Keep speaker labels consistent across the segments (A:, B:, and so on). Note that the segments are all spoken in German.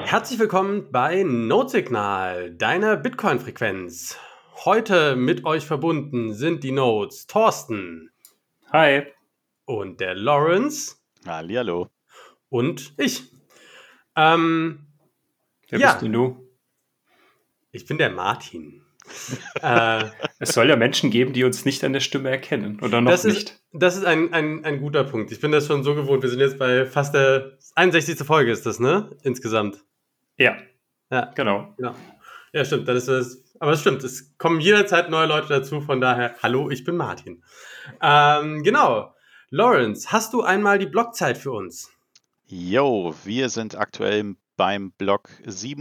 A: Herzlich willkommen bei Notesignal, deiner Bitcoin-Frequenz. Heute mit euch verbunden sind die Nodes Thorsten
B: Hi.
A: und der Lawrence
C: Hallihallo.
A: und ich.
B: Wer bist denn du?
A: Ich bin der Martin.
B: Es soll ja Menschen geben, die uns nicht an der Stimme erkennen. Oder noch nicht.
A: Das ist ein guter Punkt. Ich bin das schon so gewohnt. Wir sind jetzt bei fast der 61. Folge ist das, ne? Insgesamt.
B: Ja,
A: genau. Ja, stimmt. Dann ist das. Aber es stimmt, es kommen jederzeit neue Leute dazu. Von daher, hallo, ich bin Martin. Genau. Lawrence, hast du einmal die Blockzeit für uns?
C: Jo, wir sind aktuell beim Block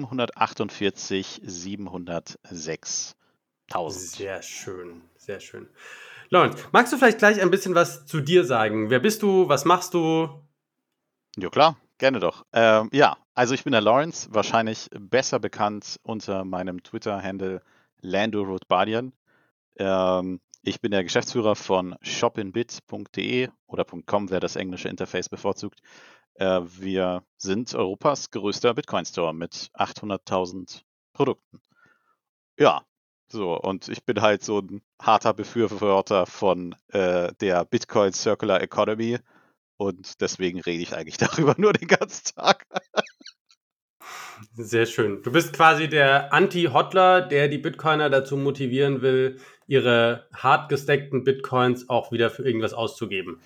C: 748.706.000.
A: Sehr schön, sehr schön. Lawrence, magst du vielleicht gleich ein bisschen was zu dir sagen? Wer bist du? Was machst du?
C: Ja klar, gerne doch. Also ich bin der Lawrence, wahrscheinlich besser bekannt unter meinem Twitter-Handle Lando Rothbardian. Ich bin der Geschäftsführer von shopinbit.de oder .com, wer das englische Interface bevorzugt. Wir sind Europas größter Bitcoin-Store mit 800.000 Produkten. Ja, so, und ich bin halt so ein harter Befürworter von der Bitcoin Circular Economy und deswegen rede ich eigentlich darüber nur den ganzen Tag.
A: Sehr schön. Du bist quasi der Anti-Hodler, der die Bitcoiner dazu motivieren will, ihre hart gestackten Bitcoins auch wieder für irgendwas auszugeben.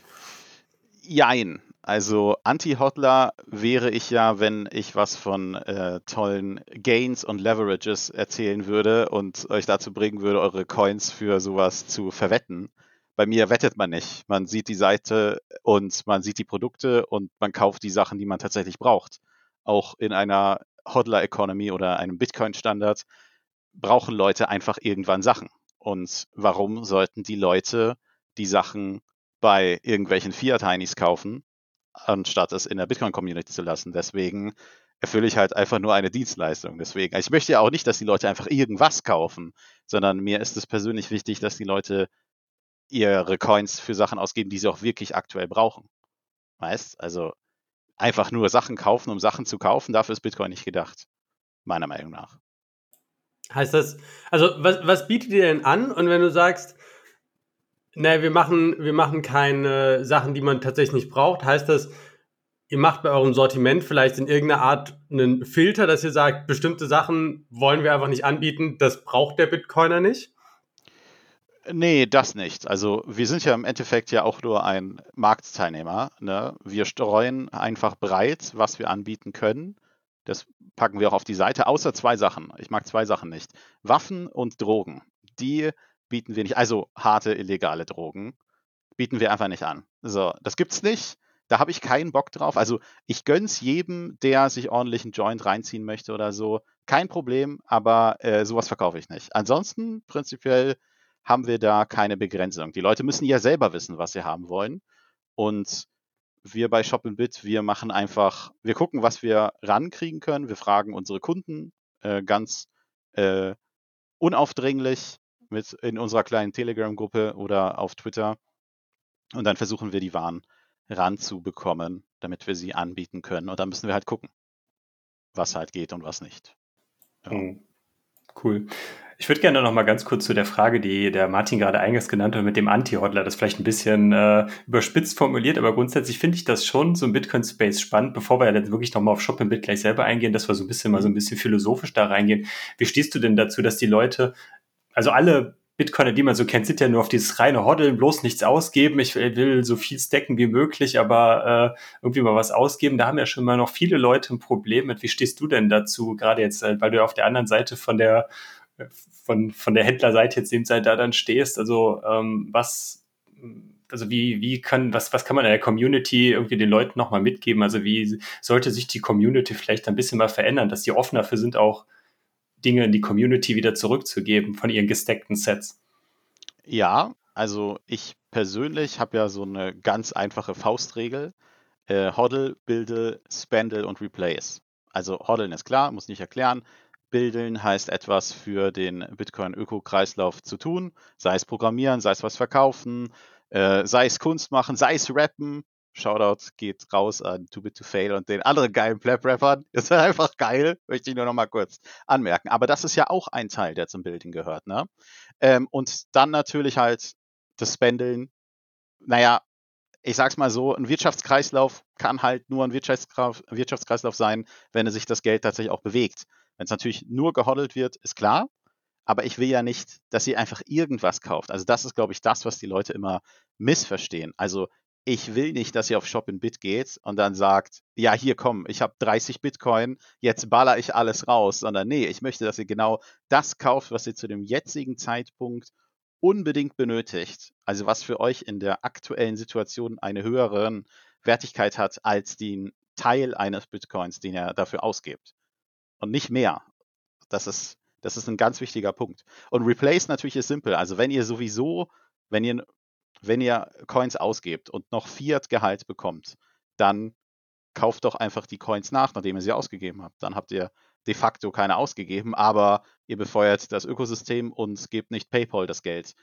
C: Jein. Also Anti-Hodler wäre ich ja, wenn ich was von tollen Gains und Leverages erzählen würde und euch dazu bringen würde, eure Coins für sowas zu verwetten. Bei mir wettet man nicht. Man sieht die Seite und man sieht die Produkte und man kauft die Sachen, die man tatsächlich braucht. Auch in einer Hodler-Economy oder einem Bitcoin-Standard brauchen Leute einfach irgendwann Sachen. Und warum sollten die Leute die Sachen bei irgendwelchen Fiat-Heinis kaufen, anstatt es in der Bitcoin-Community zu lassen? Deswegen erfülle ich halt einfach nur eine Dienstleistung. Deswegen, ich möchte ja auch nicht, dass die Leute einfach irgendwas kaufen, sondern mir ist es persönlich wichtig, dass die Leute ihre Coins für Sachen ausgeben, die sie auch wirklich aktuell brauchen. Weißt? Also einfach nur Sachen kaufen, um Sachen zu kaufen, dafür ist Bitcoin nicht gedacht. Meiner Meinung nach.
A: Heißt das, also was bietet ihr denn an? Und wenn du sagst, wir machen keine Sachen, die man tatsächlich nicht braucht, heißt das, ihr macht bei eurem Sortiment vielleicht in irgendeiner Art einen Filter, dass ihr sagt, bestimmte Sachen wollen wir einfach nicht anbieten, das braucht der Bitcoiner nicht?
C: Nee, das nicht. Also wir sind ja im Endeffekt ja auch nur ein Marktteilnehmer. Ne? Wir streuen einfach breit, was wir anbieten können. Das packen wir auch auf die Seite, außer zwei Sachen. Ich mag zwei Sachen nicht. Waffen und Drogen. Die bieten wir nicht. Also harte, illegale Drogen bieten wir einfach nicht an. So, das gibt's nicht. Da habe ich keinen Bock drauf. Also ich gönn's jedem, der sich ordentlich einen Joint reinziehen möchte oder so. Kein Problem, aber sowas verkaufe ich nicht. Ansonsten prinzipiell haben wir da keine Begrenzung. Die Leute müssen ja selber wissen, was sie haben wollen. Und wir bei Shopinbit, wir gucken, was wir rankriegen können. Wir fragen unsere Kunden ganz unaufdringlich in unserer kleinen Telegram-Gruppe oder auf Twitter. Und dann versuchen wir, die Waren ranzubekommen, damit wir sie anbieten können. Und dann müssen wir halt gucken, was halt geht und was nicht. Ja.
B: Cool. Ich würde gerne noch mal ganz kurz zu der Frage, die der Martin gerade eingangs genannt hat, mit dem Anti-Hodler, das vielleicht ein bisschen überspitzt formuliert, aber grundsätzlich finde ich das schon so im Bitcoin-Space spannend, bevor wir jetzt wirklich noch mal auf Shopinbit gleich selber eingehen, dass wir so ein bisschen philosophisch da reingehen. Wie stehst du denn dazu, dass die Leute, also alle Bitcoiner, die man so kennt, sind ja nur auf dieses reine Hoddeln, bloß nichts ausgeben. Ich will so viel stacken wie möglich, aber irgendwie mal was ausgeben. Da haben ja schon mal noch viele Leute ein Problem mit. Wie stehst du denn dazu? Gerade jetzt, weil du ja auf der anderen Seite von der Händlerseite jetzt dem Seite da dann stehst. Also was kann man in der Community irgendwie den Leuten nochmal mitgeben? Also wie sollte sich die Community vielleicht ein bisschen mal verändern, dass die offen dafür sind, auch Dinge in die Community wieder zurückzugeben von ihren gestackten Sets?
C: Ja, also ich persönlich habe ja so eine ganz einfache Faustregel. Hodl, Buildle, Spendle und Replace. Also Hoddeln ist klar, muss nicht erklären. Buildeln heißt etwas für den Bitcoin-Öko-Kreislauf zu tun, sei es programmieren, sei es was verkaufen, sei es Kunst machen, sei es rappen, Shoutout geht raus an Too Bit to Fail und den anderen geilen Plap-Rappern. Ist einfach geil, möchte ich nur noch mal kurz anmerken. Aber das ist ja auch ein Teil, der zum Building gehört, ne? Und dann natürlich halt das Spendeln. Naja, ich sag's mal so, ein Wirtschaftskreislauf kann halt nur ein Wirtschaftskreislauf sein, wenn sich das Geld tatsächlich auch bewegt. Wenn es natürlich nur gehodelt wird, ist klar. Aber ich will ja nicht, dass ihr einfach irgendwas kauft. Also das ist, glaube ich, das, was die Leute immer missverstehen. Also ich will nicht, dass ihr auf Shop in Bit geht und dann sagt, ja, hier komm, ich habe 30 Bitcoin, jetzt baller ich alles raus. Sondern nee, ich möchte, dass ihr genau das kauft, was ihr zu dem jetzigen Zeitpunkt unbedingt benötigt. Also was für euch in der aktuellen Situation eine höhere Wertigkeit hat als den Teil eines Bitcoins, den ihr dafür ausgebt. Und nicht mehr. Das ist ein ganz wichtiger Punkt. Und Replace natürlich ist simpel. Also wenn ihr Coins ausgebt und noch Fiat-Gehalt bekommt, dann kauft doch einfach die Coins nach, nachdem ihr sie ausgegeben habt. Dann habt ihr de facto keine ausgegeben, aber ihr befeuert das Ökosystem und gebt nicht PayPal das Geld.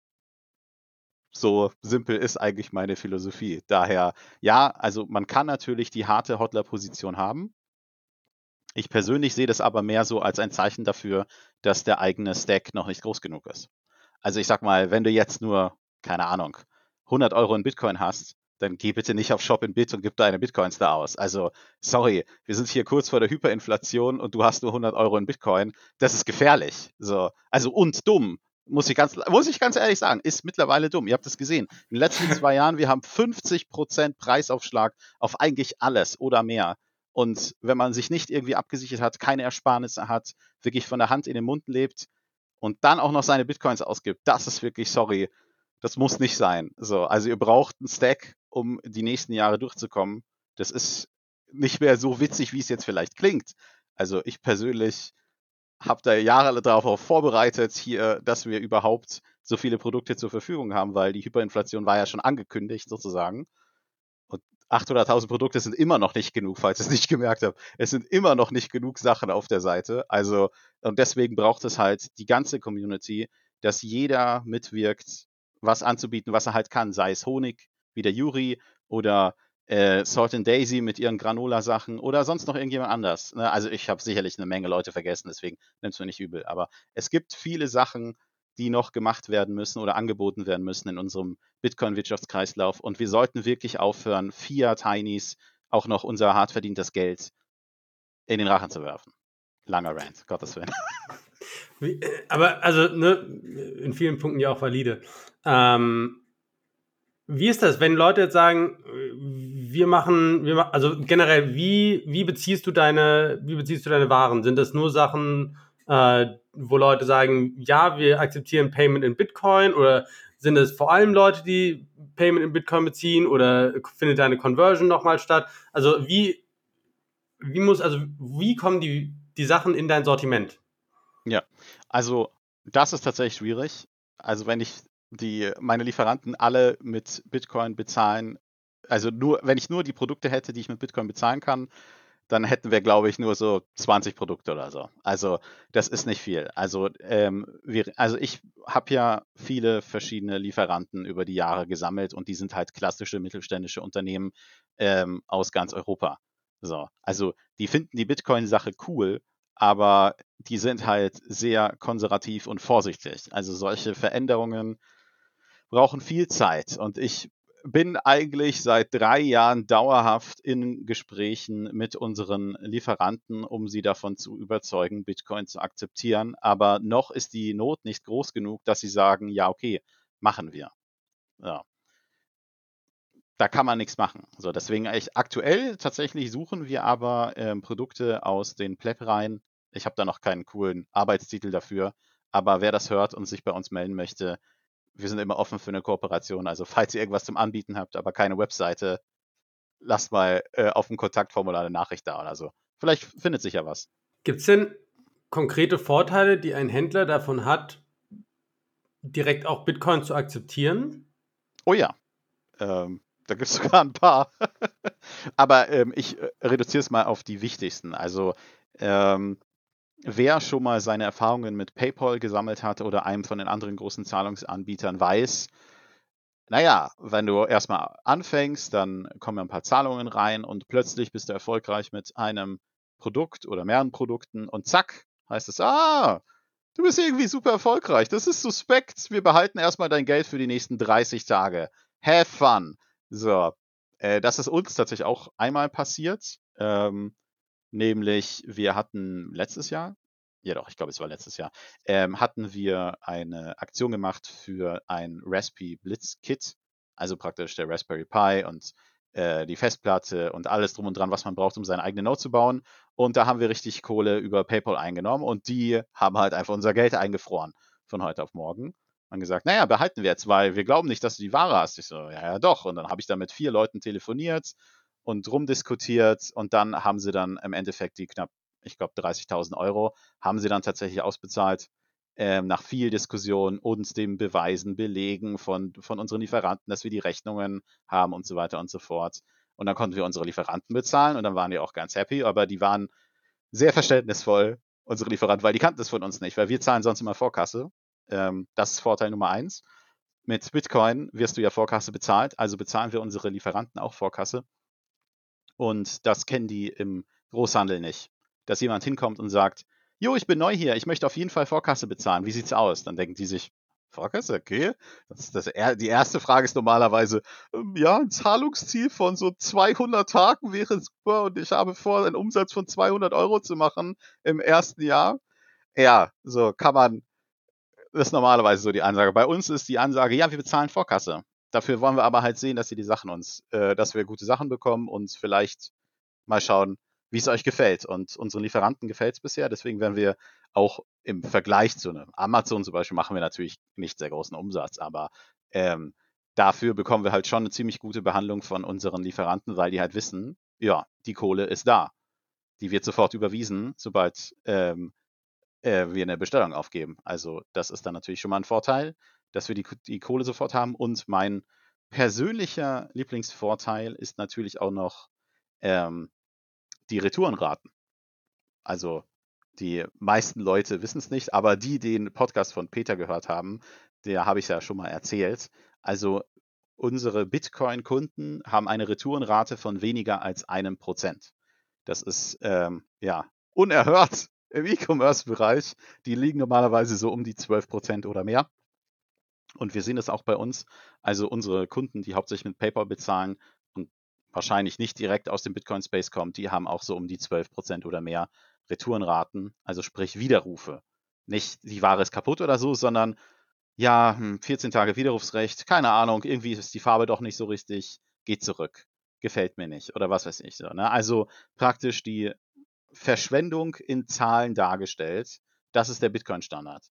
C: So simpel ist eigentlich meine Philosophie. Daher, ja, also man kann natürlich die harte Hodler-Position haben. Ich persönlich sehe das aber mehr so als ein Zeichen dafür, dass der eigene Stack noch nicht groß genug ist. Also ich sag mal, wenn du jetzt nur, keine Ahnung, 100 Euro in Bitcoin hast, dann geh bitte nicht auf Shop in Bit und gib deine Bitcoins da aus. Also, sorry, wir sind hier kurz vor der Hyperinflation und du hast nur 100 Euro in Bitcoin. Das ist gefährlich. So, also und dumm. Muss ich ganz ehrlich sagen, ist mittlerweile dumm. Ihr habt es gesehen. In den letzten 2 Jahren, wir haben 50% Preisaufschlag auf eigentlich alles oder mehr. Und wenn man sich nicht irgendwie abgesichert hat, keine Ersparnisse hat, wirklich von der Hand in den Mund lebt und dann auch noch seine Bitcoins ausgibt, das ist wirklich, sorry, das muss nicht sein. So, also ihr braucht einen Stack, um die nächsten Jahre durchzukommen. Das ist nicht mehr so witzig, wie es jetzt vielleicht klingt. Also ich persönlich habe da Jahre darauf vorbereitet, hier, dass wir überhaupt so viele Produkte zur Verfügung haben, weil die Hyperinflation war ja schon angekündigt sozusagen. Und 800.000 Produkte sind immer noch nicht genug, falls ihr es nicht gemerkt habt. Es sind immer noch nicht genug Sachen auf der Seite. Also, und deswegen braucht es halt die ganze Community, dass jeder mitwirkt, was anzubieten, was er halt kann. Sei es Honig, wie der Yuri, oder Salt and Daisy mit ihren Granola-Sachen oder sonst noch irgendjemand anders. Ne? Also ich habe sicherlich eine Menge Leute vergessen, deswegen nimm's mir nicht übel. Aber es gibt viele Sachen, die noch gemacht werden müssen oder angeboten werden müssen in unserem Bitcoin-Wirtschaftskreislauf. Und wir sollten wirklich aufhören, Fiat-Heinis auch noch unser hart verdientes Geld in den Rachen zu werfen. Langer Rant, Gottes Willen.
A: Aber also, ne, in vielen Punkten ja auch valide. Wie ist das, wenn Leute jetzt sagen, also generell, wie beziehst du deine Waren? Sind das nur Sachen, wo Leute sagen, ja, wir akzeptieren Payment in Bitcoin, oder sind es vor allem Leute, die Payment in Bitcoin beziehen, oder findet da eine Conversion nochmal statt? Also wie kommen die Sachen in dein Sortiment?
C: Ja, also das ist tatsächlich schwierig. Also wenn meine Lieferanten alle mit Bitcoin bezahlen, also wenn ich nur die Produkte hätte, die ich mit Bitcoin bezahlen kann, dann hätten wir, glaube ich, nur so 20 Produkte oder so. Also das ist nicht viel. Also ich habe ja viele verschiedene Lieferanten über die Jahre gesammelt und die sind halt klassische mittelständische Unternehmen aus ganz Europa. So, also die finden die Bitcoin-Sache cool, aber die sind halt sehr konservativ und vorsichtig. Also solche Veränderungen brauchen viel Zeit. Und ich bin eigentlich seit 3 Jahren dauerhaft in Gesprächen mit unseren Lieferanten, um sie davon zu überzeugen, Bitcoin zu akzeptieren. Aber noch ist die Not nicht groß genug, dass sie sagen, ja, okay, machen wir. Ja. Da kann man nichts machen. So, deswegen aktuell tatsächlich suchen wir aber Produkte aus den Pleb-Reihen. Ich habe da noch keinen coolen Arbeitstitel dafür, aber wer das hört und sich bei uns melden möchte, wir sind immer offen für eine Kooperation. Also falls ihr irgendwas zum Anbieten habt, aber keine Webseite, lasst mal auf dem Kontaktformular eine Nachricht da oder so. Vielleicht findet sich ja was.
A: Gibt es denn konkrete Vorteile, die ein Händler davon hat, direkt auch Bitcoin zu akzeptieren?
C: Oh ja, da gibt es sogar ein paar. Aber ich reduziere es mal auf die wichtigsten. Also wer schon mal seine Erfahrungen mit PayPal gesammelt hat oder einem von den anderen großen Zahlungsanbietern weiß, naja, wenn du erstmal anfängst, dann kommen ein paar Zahlungen rein und plötzlich bist du erfolgreich mit einem Produkt oder mehreren Produkten und zack, heißt es, du bist irgendwie super erfolgreich. Das ist suspekt. Wir behalten erstmal dein Geld für die nächsten 30 Tage. Have fun. So, das ist uns tatsächlich auch einmal passiert. Nämlich, wir hatten letztes Jahr, ja doch, ich glaube, es war letztes Jahr, hatten wir eine Aktion gemacht für ein Raspberry Blitz Kit, also praktisch der Raspberry Pi und die Festplatte und alles drum und dran, was man braucht, um seine eigene Node zu bauen. Und da haben wir richtig Kohle über PayPal eingenommen und die haben halt einfach unser Geld eingefroren von heute auf morgen. Und gesagt, naja, behalten wir jetzt, weil wir glauben nicht, dass du die Ware hast. Ich so, ja doch. Und dann habe ich da mit 4 Leuten telefoniert und rumdiskutiert und dann haben sie dann im Endeffekt die knapp, ich glaube 30.000 Euro, haben sie dann tatsächlich ausbezahlt, nach viel Diskussion, uns dem Beweisen, Belegen von unseren Lieferanten, dass wir die Rechnungen haben und so weiter und so fort. Und dann konnten wir unsere Lieferanten bezahlen und dann waren die auch ganz happy, aber die waren sehr verständnisvoll, unsere Lieferanten, weil die kannten das von uns nicht, weil wir zahlen sonst immer Vorkasse. Das ist Vorteil Nummer 1. Mit Bitcoin wirst du ja Vorkasse bezahlt, also bezahlen wir unsere Lieferanten auch Vorkasse. Und das kennen die im Großhandel nicht. Dass jemand hinkommt und sagt, jo, ich bin neu hier, ich möchte auf jeden Fall Vorkasse bezahlen. Wie sieht's aus? Dann denken die sich, Vorkasse, okay. Die erste Frage ist normalerweise, ja, ein Zahlungsziel von so 200 Tagen wäre super und ich habe vor, einen Umsatz von 200 Euro zu machen im ersten Jahr. Ja, so kann man, das ist normalerweise so die Ansage. Bei uns ist die Ansage, ja, wir bezahlen Vorkasse. Dafür wollen wir aber halt sehen, dass ihr die Sachen dass wir gute Sachen bekommen und vielleicht mal schauen, wie es euch gefällt. Und unseren Lieferanten gefällt es bisher. Deswegen werden wir auch im Vergleich zu einem Amazon zum Beispiel machen wir natürlich nicht sehr großen Umsatz, aber ähm, dafür bekommen wir halt schon eine ziemlich gute Behandlung von unseren Lieferanten, weil die halt wissen, ja, die Kohle ist da. Die wird sofort überwiesen, sobald wir eine Bestellung aufgeben. Also das ist dann natürlich schon mal ein Vorteil, dass wir die Kohle sofort haben. Und mein persönlicher Lieblingsvorteil ist natürlich auch noch ähm, die Retourenraten. Also die meisten Leute wissen es nicht, aber die den Podcast von Peter gehört haben, der habe ich ja schon mal erzählt. Also unsere Bitcoin-Kunden haben eine Retourenrate von weniger als 1%. Das ist ja unerhört im E-Commerce-Bereich. Die liegen normalerweise so um die 12% oder mehr. Und wir sehen das auch bei uns. Also unsere Kunden, die hauptsächlich mit PayPal bezahlen und wahrscheinlich nicht direkt aus dem Bitcoin-Space kommen, die haben auch so um die 12% oder mehr Retourenraten, also sprich Widerrufe. Nicht die Ware ist kaputt oder so, sondern ja, 14 Tage Widerrufsrecht, keine Ahnung, irgendwie ist die Farbe doch nicht so richtig, geht zurück, gefällt mir nicht oder was weiß ich so. Ne? Also praktisch die Verschwendung in Zahlen dargestellt, das ist der Bitcoin-Standard.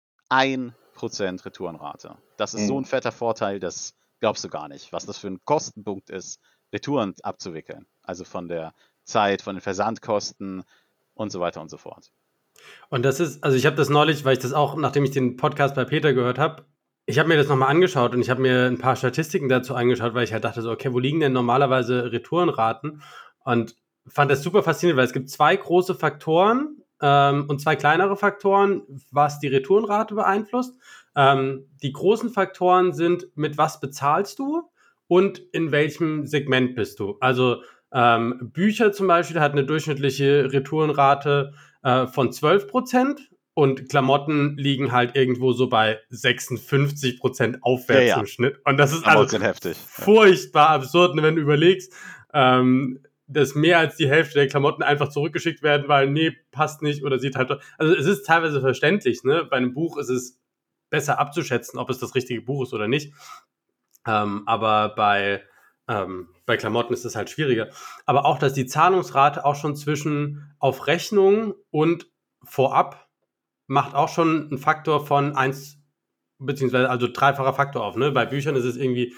C: 1% Retourenrate. Das ist so ein fetter Vorteil, das glaubst du gar nicht, was das für ein Kostenpunkt ist, Retouren abzuwickeln. Also von der Zeit, von den Versandkosten und so weiter und so fort.
A: Und das ist, also ich habe das neulich, weil ich das auch, nachdem ich den Podcast bei Peter gehört habe, ich habe mir das nochmal angeschaut und ich habe mir ein paar Statistiken dazu angeschaut, weil ich halt dachte so, okay, wo liegen denn normalerweise Retourenraten? Und fand das super faszinierend, weil es gibt 2 große Faktoren und 2 kleinere Faktoren, was die Retourenrate beeinflusst. Die großen Faktoren sind, mit was bezahlst du und in welchem Segment bist du? Also Bücher zum Beispiel hat eine durchschnittliche Retourenrate von 12% und Klamotten liegen halt irgendwo so bei 56% aufwärts
C: Ja.
A: im Schnitt. Und das ist
C: Klamotten
A: also
C: sind heftig.
A: furchtbar absurd, wenn du überlegst, dass mehr als die Hälfte der Klamotten einfach zurückgeschickt werden, weil nee, passt nicht oder sieht halt. Also es ist teilweise verständlich, ne? Bei einem Buch ist es besser abzuschätzen, ob es das richtige Buch ist oder nicht. Aber bei Klamotten ist es halt schwieriger. Aber auch, dass die Zahlungsrate auch schon zwischen auf Rechnung und vorab macht auch schon einen Faktor von 1, beziehungsweise also dreifacher Faktor auf. Ne? Bei Büchern ist es irgendwie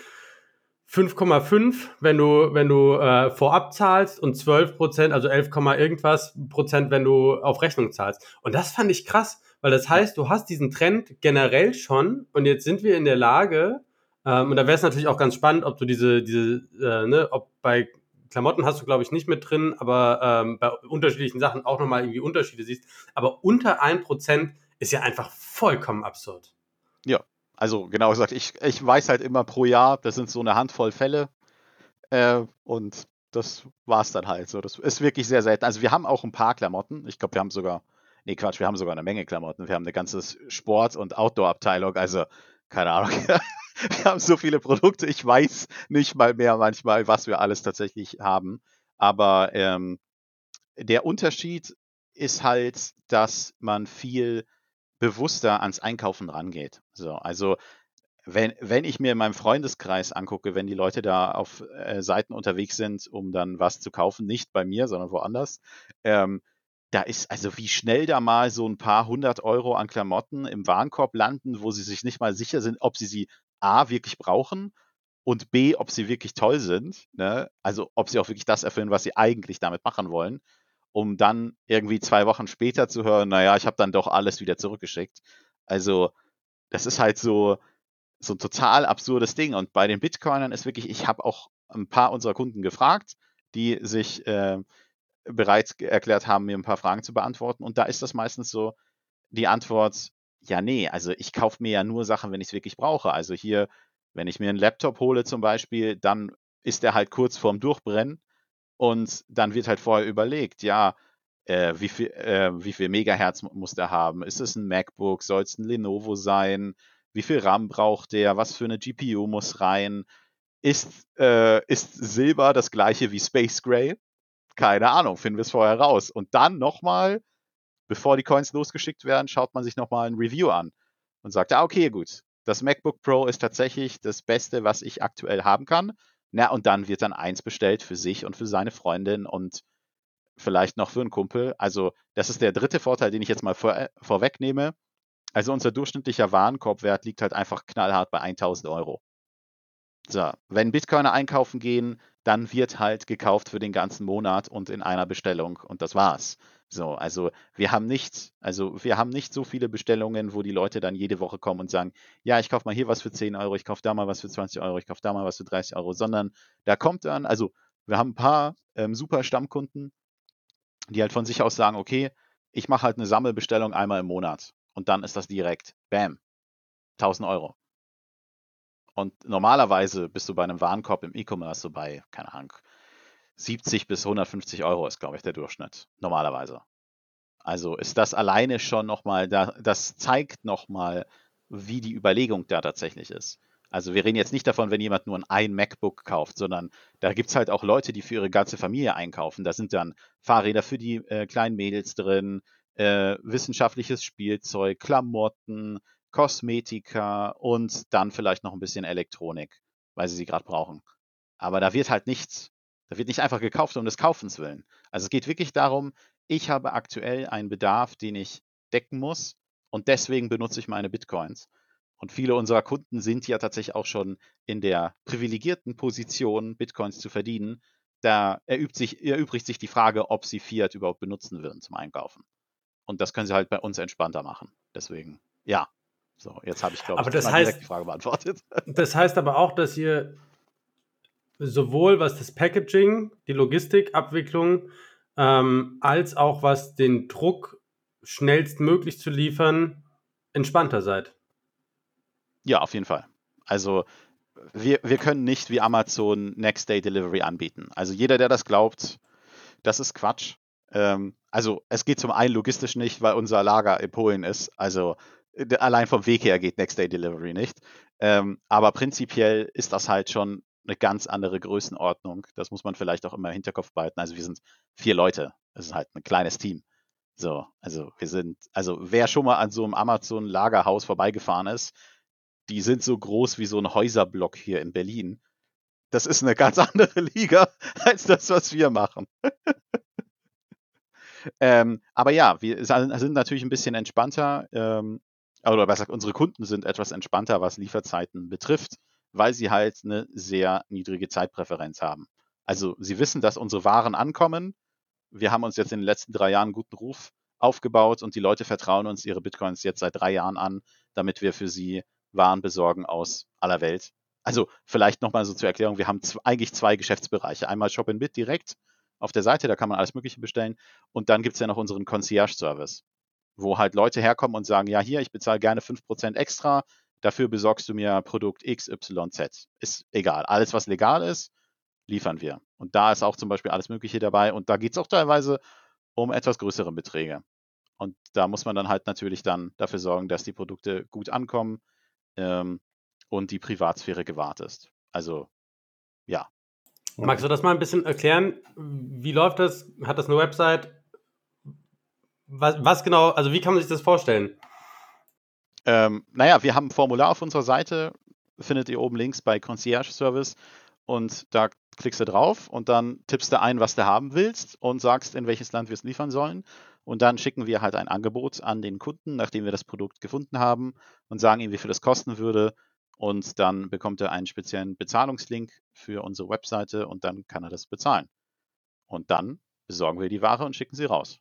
A: 5,5, wenn du vorab zahlst und 12%, also 11, irgendwas Prozent, wenn du auf Rechnung zahlst. Und das fand ich krass, weil das heißt, du hast diesen Trend generell schon und jetzt sind wir in der Lage, und da wäre es natürlich auch ganz spannend, ob du ob bei Klamotten hast du, glaube ich, nicht mit drin, aber bei unterschiedlichen Sachen auch nochmal irgendwie Unterschiede siehst. Aber unter 1% ist ja einfach vollkommen absurd.
C: Ja, Also genau gesagt, ich weiß halt immer pro Jahr, das sind so eine Handvoll Fälle und das war's dann halt so. Das ist wirklich sehr selten. Also wir haben auch ein paar Klamotten. Ich glaube, wir haben sogar eine Menge Klamotten. Wir haben eine ganze Sport- und Outdoor-Abteilung. Also keine Ahnung. Wir haben so viele Produkte. Ich weiß nicht mal mehr manchmal, was wir alles tatsächlich haben. Aber der Unterschied ist halt, dass man viel bewusster ans Einkaufen rangeht. So, also wenn ich mir in meinem Freundeskreis angucke, wenn die Leute da auf Seiten unterwegs sind, um dann was zu kaufen, nicht bei mir, sondern woanders, ähm, da ist also wie schnell da mal so ein paar 100 € an Klamotten im Warenkorb landen, wo sie sich nicht mal sicher sind, ob sie A wirklich brauchen und B, ob sie wirklich toll sind, ne? Also ob sie auch wirklich das erfüllen, was sie eigentlich damit machen wollen, um dann irgendwie 2 Wochen später zu hören, naja, ich habe dann doch alles wieder zurückgeschickt. Also das ist halt so ein total absurdes Ding. Und bei den Bitcoinern ist wirklich, ich habe auch ein paar unserer Kunden gefragt, die sich bereit erklärt haben, mir ein paar Fragen zu beantworten. Und da ist das meistens so die Antwort, ja, nee, also ich kaufe mir ja nur Sachen, wenn ich es wirklich brauche. Also hier, wenn ich mir einen Laptop hole zum Beispiel, dann ist der halt kurz vorm Durchbrennen und dann wird halt vorher überlegt, ja, wie viel Megahertz muss der haben? Ist es ein MacBook? Soll es ein Lenovo sein? Wie viel RAM braucht der? Was für eine GPU muss rein? Ist Silber das gleiche wie Space Gray? Keine Ahnung, finden wir es vorher raus. Und dann nochmal, bevor die Coins losgeschickt werden, schaut man sich nochmal ein Review an und sagt, okay, gut, das MacBook Pro ist tatsächlich das Beste, was ich aktuell haben kann. Na, und dann wird dann eins bestellt für sich und für seine Freundin und vielleicht noch für einen Kumpel. Also das ist der dritte Vorteil, den ich jetzt mal vorwegnehme. Also unser durchschnittlicher Warenkorbwert liegt halt einfach knallhart bei 1.000 €. So, wenn Bitcoiner einkaufen gehen, dann wird halt gekauft für den ganzen Monat und in einer Bestellung und das war's. So, also wir haben nicht so viele Bestellungen, wo die Leute dann jede Woche kommen und sagen, ja, ich kaufe mal hier was für 10 €, ich kaufe da mal was für 20 €, ich kaufe da mal was für 30 €, sondern da kommt dann, also wir haben ein paar super Stammkunden, die halt von sich aus sagen, okay, ich mache halt eine Sammelbestellung einmal im Monat und dann ist das direkt, bam, 1.000 €. Und normalerweise bist du bei einem Warenkorb im E-Commerce so bei, keine Ahnung, 70 bis 150 € ist, glaube ich, der Durchschnitt. Normalerweise. Also ist das alleine schon nochmal, das zeigt nochmal, wie die Überlegung da tatsächlich ist. Also wir reden jetzt nicht davon, wenn jemand nur ein MacBook kauft, sondern da gibt es halt auch Leute, die für ihre ganze Familie einkaufen. Da sind dann Fahrräder für die kleinen Mädels drin, wissenschaftliches Spielzeug, Klamotten, Kosmetika und dann vielleicht noch ein bisschen Elektronik, weil sie gerade brauchen. Aber da wird nicht einfach gekauft um des Kaufens willen. Also es geht wirklich darum, ich habe aktuell einen Bedarf, den ich decken muss und deswegen benutze ich meine Bitcoins. Und viele unserer Kunden sind ja tatsächlich auch schon in der privilegierten Position, Bitcoins zu verdienen. Da erübrigt sich die Frage, ob sie Fiat überhaupt benutzen würden zum Einkaufen. Und das können sie halt bei uns entspannter machen. Deswegen, ja. So, jetzt habe ich, glaube
A: Aber
C: ich, mal direkt die Frage beantwortet.
A: das heißt aber auch, dass ihr sowohl was das Packaging, die Logistikabwicklung, als auch was den Druck schnellstmöglich zu liefern, entspannter seid.
C: Ja, auf jeden Fall. Also wir können nicht wie Amazon Next Day Delivery anbieten. Also jeder, der das glaubt, das ist Quatsch. Also es geht zum einen logistisch nicht, weil unser Lager in Polen ist. Also allein vom Weg her geht Next Day Delivery nicht. Aber prinzipiell ist das halt schon eine ganz andere Größenordnung. Das muss man vielleicht auch immer im Hinterkopf behalten. Also wir sind 4 Leute. Das ist halt ein kleines Team. So, also wer schon mal an so einem Amazon-Lagerhaus vorbeigefahren ist, die sind so groß wie so ein Häuserblock hier in Berlin. Das ist eine ganz andere Liga als das, was wir machen. Aber ja, wir sind natürlich ein bisschen entspannter, oder besser gesagt, unsere Kunden sind etwas entspannter, was Lieferzeiten betrifft, weil sie halt eine sehr niedrige Zeitpräferenz haben. Also sie wissen, dass unsere Waren ankommen. Wir haben uns jetzt in den letzten 3 Jahren einen guten Ruf aufgebaut und die Leute vertrauen uns ihre Bitcoins jetzt seit 3 Jahren an, damit wir für sie Waren besorgen aus aller Welt. Also vielleicht nochmal so zur Erklärung, wir haben eigentlich 2 Geschäftsbereiche. Einmal Shop in Bit direkt auf der Seite, da kann man alles Mögliche bestellen. Und dann gibt es ja noch unseren Concierge-Service, wo halt Leute herkommen und sagen, ja hier, ich bezahle gerne 5% extra, dafür besorgst du mir Produkt XYZ. Ist egal. Alles, was legal ist, liefern wir. Und da ist auch zum Beispiel alles Mögliche dabei. Und da geht es auch teilweise um etwas größere Beträge. Und da muss man dann halt natürlich dann dafür sorgen, dass die Produkte gut ankommen und die Privatsphäre gewahrt ist. Also, ja.
A: Magst du das mal ein bisschen erklären? Wie läuft das? Hat das eine Website? Was genau, also wie kann man sich das vorstellen?
C: Naja, wir haben ein Formular auf unserer Seite, findet ihr oben links bei Concierge Service und da klickst du drauf und dann tippst du ein, was du haben willst und sagst, in welches Land wir es liefern sollen. Und dann schicken wir halt ein Angebot an den Kunden, nachdem wir das Produkt gefunden haben und sagen ihm, wie viel das kosten würde. Und dann bekommt er einen speziellen Bezahlungslink für unsere Webseite und dann kann er das bezahlen. Und dann besorgen wir die Ware und schicken sie raus.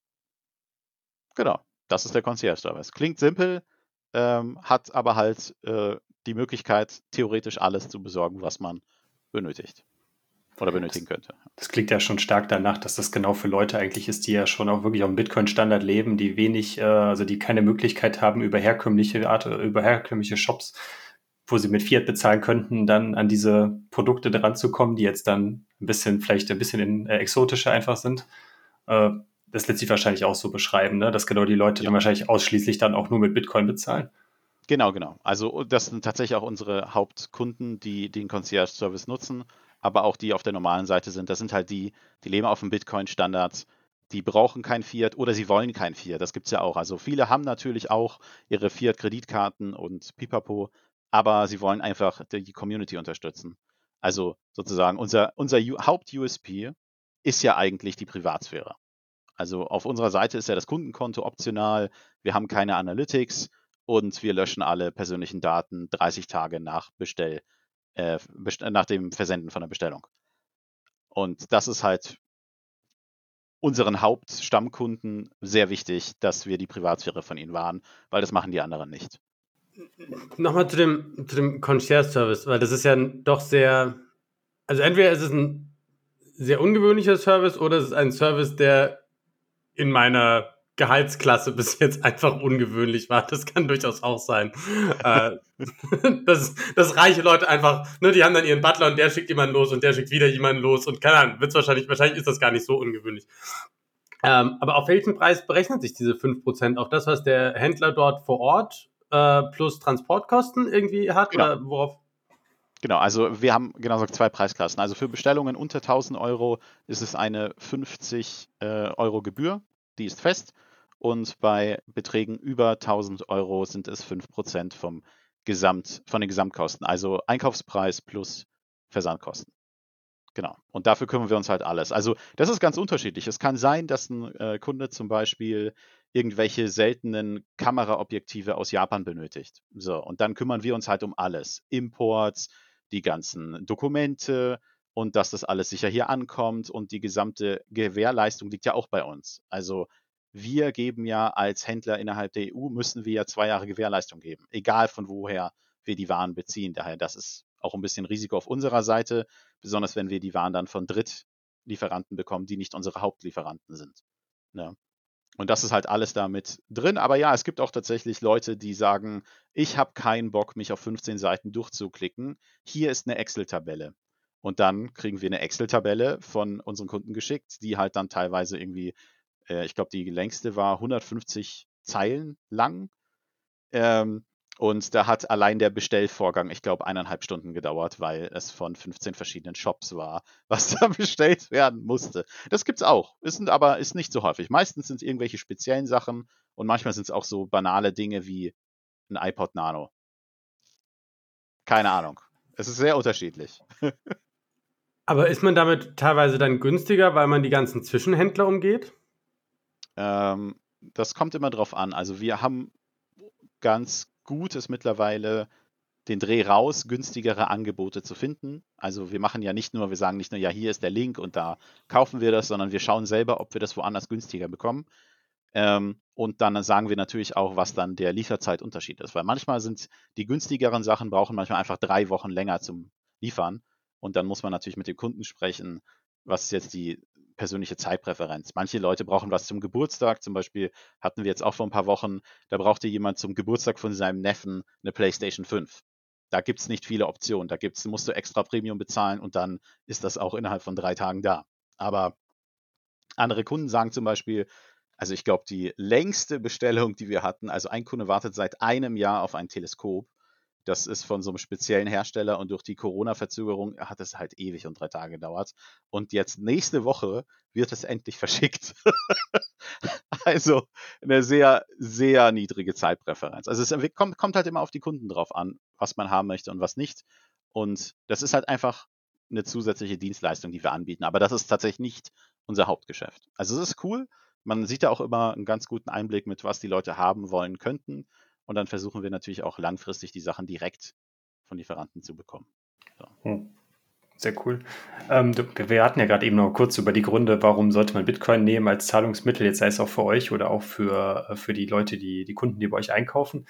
C: Genau, das ist der Concierge Service. Klingt simpel, hat aber halt die Möglichkeit, theoretisch alles zu besorgen, was man benötigt oder benötigen könnte.
B: Das klingt ja schon stark danach, dass das genau für Leute eigentlich ist, die ja schon auch wirklich auf dem Bitcoin-Standard leben, die wenig, also die keine Möglichkeit haben, über herkömmliche Shops, wo sie mit Fiat bezahlen könnten, dann an diese Produkte dran zu kommen, die jetzt dann vielleicht ein bisschen exotischer einfach sind. Das lässt sich wahrscheinlich auch so beschreiben, ne? Dass genau die Leute dann wahrscheinlich ausschließlich dann auch nur mit Bitcoin bezahlen.
C: Genau. Also das sind tatsächlich auch unsere Hauptkunden, die den Concierge-Service nutzen, aber auch die auf der normalen Seite sind. Das sind halt die leben auf dem Bitcoin-Standard, die brauchen kein Fiat oder sie wollen kein Fiat. Das gibt es ja auch. Also viele haben natürlich auch ihre Fiat-Kreditkarten und Pipapo, aber sie wollen einfach die Community unterstützen. Also sozusagen unser Haupt-USP ist ja eigentlich die Privatsphäre. Also auf unserer Seite ist ja das Kundenkonto optional, wir haben keine Analytics und wir löschen alle persönlichen Daten 30 Tage nach nach dem Versenden von der Bestellung. Und das ist halt unseren Hauptstammkunden sehr wichtig, dass wir die Privatsphäre von ihnen wahren, weil das machen die anderen nicht.
A: Nochmal zu dem Concierge-Service, weil das ist ja doch sehr, also entweder ist es ein sehr ungewöhnlicher Service oder es ist ein Service, der in meiner Gehaltsklasse bis jetzt einfach ungewöhnlich war. Das kann durchaus auch sein. dass reiche Leute einfach, ne, die haben dann ihren Butler und der schickt jemanden los und der schickt wieder jemanden los und keine Ahnung, wahrscheinlich ist das gar nicht so ungewöhnlich. Aber auf welchen Preis berechnet sich diese 5%? Auf das, was der Händler dort vor Ort plus Transportkosten irgendwie hat?
C: Genau.
A: Oder worauf?
C: Genau, also wir haben genau gesagt 2 Preisklassen. Also für Bestellungen unter 1.000 Euro ist es eine 50 Euro Gebühr, die ist fest. Und bei Beträgen über 1.000 Euro sind es 5% von den Gesamtkosten. Also Einkaufspreis plus Versandkosten. Genau. Und dafür kümmern wir uns halt alles. Also das ist ganz unterschiedlich. Es kann sein, dass ein Kunde zum Beispiel irgendwelche seltenen Kameraobjektive aus Japan benötigt. So, und dann kümmern wir uns halt um alles. Imports, die ganzen Dokumente und dass das alles sicher hier ankommt und die gesamte Gewährleistung liegt ja auch bei uns. Also wir geben ja als Händler innerhalb der EU, müssen wir ja 2 Jahre Gewährleistung geben, egal von woher wir die Waren beziehen. Daher, das ist auch ein bisschen Risiko auf unserer Seite, besonders wenn wir die Waren dann von Drittlieferanten bekommen, die nicht unsere Hauptlieferanten sind. Ja. Und das ist halt alles damit drin. Aber ja, es gibt auch tatsächlich Leute, die sagen, ich habe keinen Bock, mich auf 15 Seiten durchzuklicken. Hier ist eine Excel-Tabelle. Und dann kriegen wir eine Excel-Tabelle von unseren Kunden geschickt, die halt dann teilweise irgendwie, ich glaube, die längste war 150 Zeilen lang. Und da hat allein der Bestellvorgang, ich glaube, 1,5 Stunden gedauert, weil es von 15 verschiedenen Shops war, was da bestellt werden musste. Das gibt's auch, ist nicht so häufig. Meistens sind es irgendwelche speziellen Sachen und manchmal sind es auch so banale Dinge wie ein iPod Nano. Keine Ahnung. Es ist sehr unterschiedlich.
A: Aber ist man damit teilweise dann günstiger, weil man die ganzen Zwischenhändler umgeht?
C: Das kommt immer drauf an. Also wir haben ganz gut es mittlerweile den Dreh raus, günstigere Angebote zu finden. Also wir sagen nicht nur, ja, hier ist der Link und da kaufen wir das, sondern wir schauen selber, ob wir das woanders günstiger bekommen. Und dann sagen wir natürlich auch, was dann der Lieferzeitunterschied ist. Weil manchmal sind die günstigeren Sachen, brauchen manchmal einfach 3 Wochen länger zum Liefern. Und dann muss man natürlich mit dem Kunden sprechen, was ist jetzt die persönliche Zeitpräferenz. Manche Leute brauchen was zum Geburtstag. Zum Beispiel hatten wir jetzt auch vor ein paar Wochen, da brauchte jemand zum Geburtstag von seinem Neffen eine PlayStation 5. Da gibt es nicht viele Optionen. Musst du extra Premium bezahlen und dann ist das auch innerhalb von 3 Tagen da. Aber andere Kunden sagen zum Beispiel, also ich glaube, die längste Bestellung, die wir hatten, also ein Kunde wartet seit einem Jahr auf ein Teleskop. Das ist von so einem speziellen Hersteller und durch die Corona-Verzögerung hat es halt ewig und 3 Tage gedauert. Und jetzt nächste Woche wird es endlich verschickt. Also eine sehr, sehr niedrige Zeitpräferenz. Also es kommt halt immer auf die Kunden drauf an, was man haben möchte und was nicht. Und das ist halt einfach eine zusätzliche Dienstleistung, die wir anbieten. Aber das ist tatsächlich nicht unser Hauptgeschäft. Also es ist cool. Man sieht da auch immer einen ganz guten Einblick mit, was die Leute haben wollen könnten. Und dann versuchen wir natürlich auch langfristig die Sachen direkt von Lieferanten zu bekommen. So.
B: Sehr cool. Wir hatten ja gerade eben noch kurz über die Gründe, warum sollte man Bitcoin nehmen als Zahlungsmittel, jetzt sei es auch für euch oder auch für die Leute, die Kunden, die bei euch einkaufen.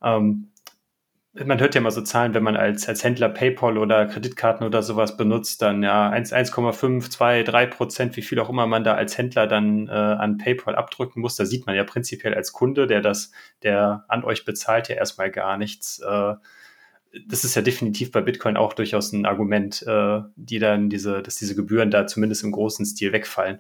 B: Man hört ja immer so Zahlen, wenn man als Händler PayPal oder Kreditkarten oder sowas benutzt, dann ja 1,5, 2, 3%, wie viel auch immer man da als Händler dann an PayPal abdrücken muss. Da sieht man ja prinzipiell als Kunde, der an euch bezahlt, ja erstmal gar nichts. Das ist ja definitiv bei Bitcoin auch durchaus ein Argument, dass diese Gebühren da zumindest im großen Stil wegfallen.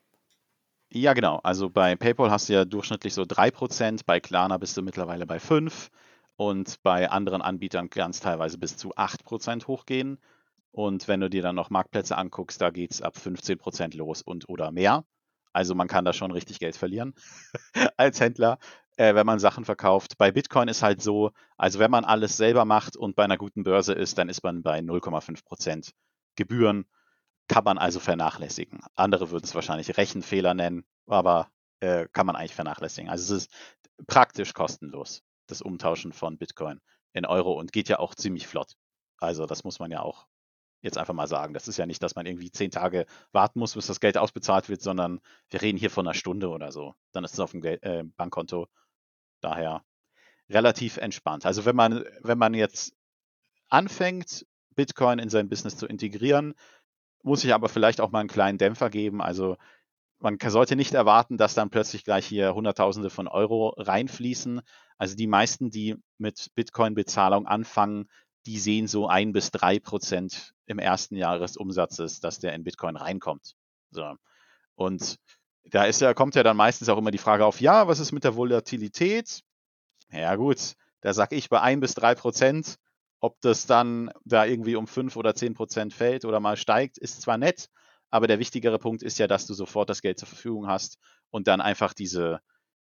C: Ja, genau. Also bei PayPal hast du ja durchschnittlich so 3%, bei Klarna bist du mittlerweile bei 5% und bei anderen Anbietern kann es teilweise bis zu 8% hochgehen. Und wenn du dir dann noch Marktplätze anguckst, da geht es ab 15% los oder mehr. Also man kann da schon richtig Geld verlieren als Händler, wenn man Sachen verkauft. Bei Bitcoin ist halt so, also wenn man alles selber macht und bei einer guten Börse ist, dann ist man bei 0,5% Gebühren. Kann man also vernachlässigen. Andere würden es wahrscheinlich Rechenfehler nennen, aber kann man eigentlich vernachlässigen. Also es ist praktisch kostenlos, das Umtauschen von Bitcoin in Euro und geht ja auch ziemlich flott. Also das muss man ja auch jetzt einfach mal sagen. Das ist ja nicht, dass man irgendwie 10 Tage warten muss, bis das Geld ausbezahlt wird, sondern wir reden hier von einer Stunde oder so. Dann ist es auf dem Bankkonto. Daher relativ entspannt. Also wenn man jetzt anfängt, Bitcoin in sein Business zu integrieren, muss ich aber vielleicht auch mal einen kleinen Dämpfer geben. Also man sollte nicht erwarten, dass dann plötzlich gleich hier Hunderttausende von Euro reinfließen. Also die meisten, die mit Bitcoin-Bezahlung anfangen, die sehen so 1-3% im ersten Jahr des Umsatzes, dass der in Bitcoin reinkommt. So. Und kommt ja dann meistens auch immer die Frage auf, ja, was ist mit der Volatilität? Ja gut, da sage ich bei 1-3%, ob das dann da irgendwie um 5 oder 10% fällt oder mal steigt, ist zwar nett, aber der wichtigere Punkt ist ja, dass du sofort das Geld zur Verfügung hast und dann einfach diesen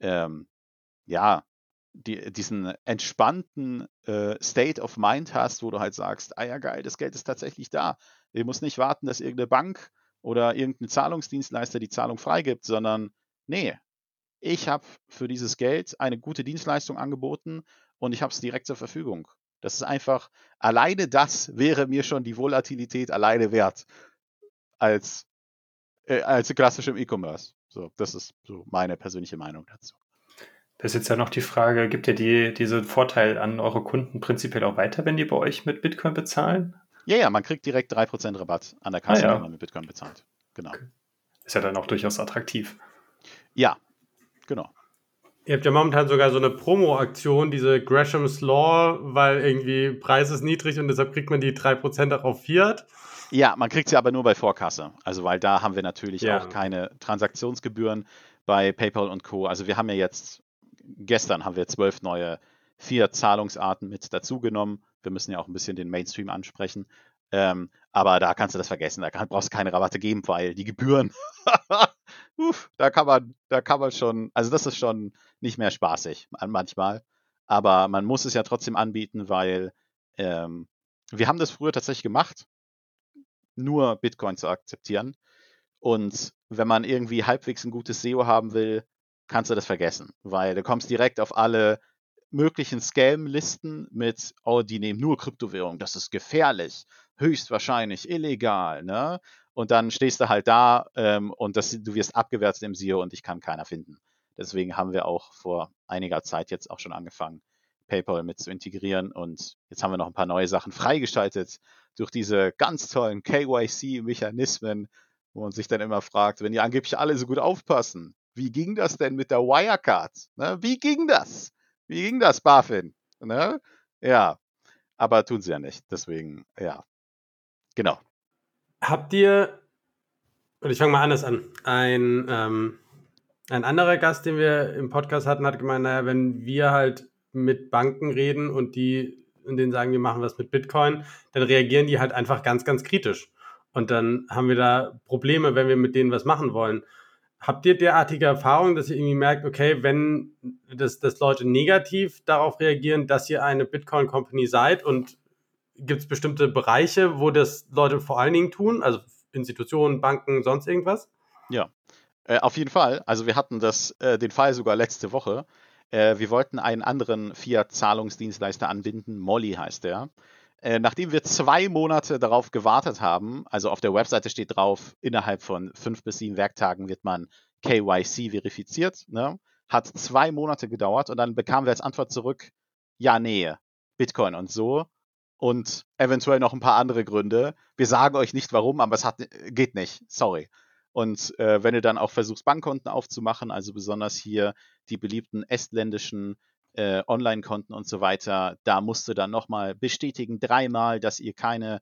C: entspannten State of Mind hast, wo du halt sagst, ah ja geil, das Geld ist tatsächlich da. Ich muss nicht warten, dass irgendeine Bank oder irgendein Zahlungsdienstleister die Zahlung freigibt, sondern nee, ich habe für dieses Geld eine gute Dienstleistung angeboten und ich habe es direkt zur Verfügung. Das ist einfach, alleine das wäre mir schon die Volatilität alleine wert als klassisch im E-Commerce. So, das ist so meine persönliche Meinung dazu.
B: Das ist jetzt ja noch die Frage, gibt ihr diesen Vorteil an eure Kunden prinzipiell auch weiter, wenn die bei euch mit Bitcoin bezahlen?
C: Ja, man kriegt direkt 3% Rabatt an der Kasse,
B: ja.
C: wenn man mit Bitcoin bezahlt. Genau.
B: Okay. Ist ja dann auch durchaus attraktiv.
C: Ja, genau.
A: Ihr habt ja momentan sogar so eine Promo-Aktion, diese Gresham's Law, weil irgendwie Preis ist niedrig und deshalb kriegt man die 3% auch auf Fiat.
C: Ja, man kriegt sie aber nur bei Vorkasse. Also weil da haben wir natürlich auch keine Transaktionsgebühren bei PayPal und Co. Also wir haben ja gestern haben wir 12 neue Fiat-Zahlungsarten mit dazugenommen. Wir müssen ja auch ein bisschen den Mainstream ansprechen. Aber da kannst du das vergessen. Da brauchst du keine Rabatte geben, weil die Gebühren, da kann man schon, also das ist schon nicht mehr spaßig manchmal. Aber man muss es ja trotzdem anbieten, weil wir haben das früher tatsächlich gemacht, nur Bitcoin zu akzeptieren. Und wenn man irgendwie halbwegs ein gutes SEO haben will, kannst du das vergessen, weil du kommst direkt auf alle möglichen Scam-Listen mit, oh, die nehmen nur Kryptowährung, das ist gefährlich, höchstwahrscheinlich illegal, ne? Und dann stehst du halt da und du wirst abgewertet im SEO und dich kann keiner finden. Deswegen haben wir auch vor einiger Zeit jetzt auch schon angefangen, PayPal mit zu integrieren und jetzt haben wir noch ein paar neue Sachen freigeschaltet durch diese ganz tollen KYC-Mechanismen, wo man sich dann immer fragt, wenn die angeblich alle so gut aufpassen, wie ging das denn mit der Wirecard? Ne? Wie ging das? Wie ging das, BaFin? Ne? Ja, aber tun sie ja nicht. Deswegen, ja, genau.
A: Habt ihr, und ich fange mal anders an, ein anderer Gast, den wir im Podcast hatten, hat gemeint, naja, wenn wir halt mit Banken reden und denen sagen, wir machen was mit Bitcoin, dann reagieren die halt einfach ganz, ganz kritisch. Und dann haben wir da Probleme, wenn wir mit denen was machen wollen. Habt ihr derartige Erfahrungen, dass ihr irgendwie merkt, okay, wenn dass Leute negativ darauf reagieren, dass ihr eine Bitcoin-Company seid, und gibt es bestimmte Bereiche, wo das Leute vor allen Dingen tun, also Institutionen, Banken, sonst irgendwas?
C: Ja, auf jeden Fall. Also wir hatten den Fall sogar letzte Woche. Wir wollten einen anderen Fiat-Zahlungsdienstleister anbinden, Molly heißt der. Nachdem wir 2 Monate darauf gewartet haben, also auf der Webseite steht drauf, innerhalb von 5 bis 7 Werktagen wird man KYC verifiziert, ne? Hat 2 Monate gedauert und dann bekamen wir als Antwort zurück, ja, nee, Bitcoin und so und eventuell noch ein paar andere Gründe. Wir sagen euch nicht warum, aber geht nicht, sorry. Und wenn du dann auch versuchst, Bankkonten aufzumachen, also besonders hier die beliebten estländischen Online-Konten und so weiter, da musst du dann nochmal bestätigen 3-mal, dass ihr keine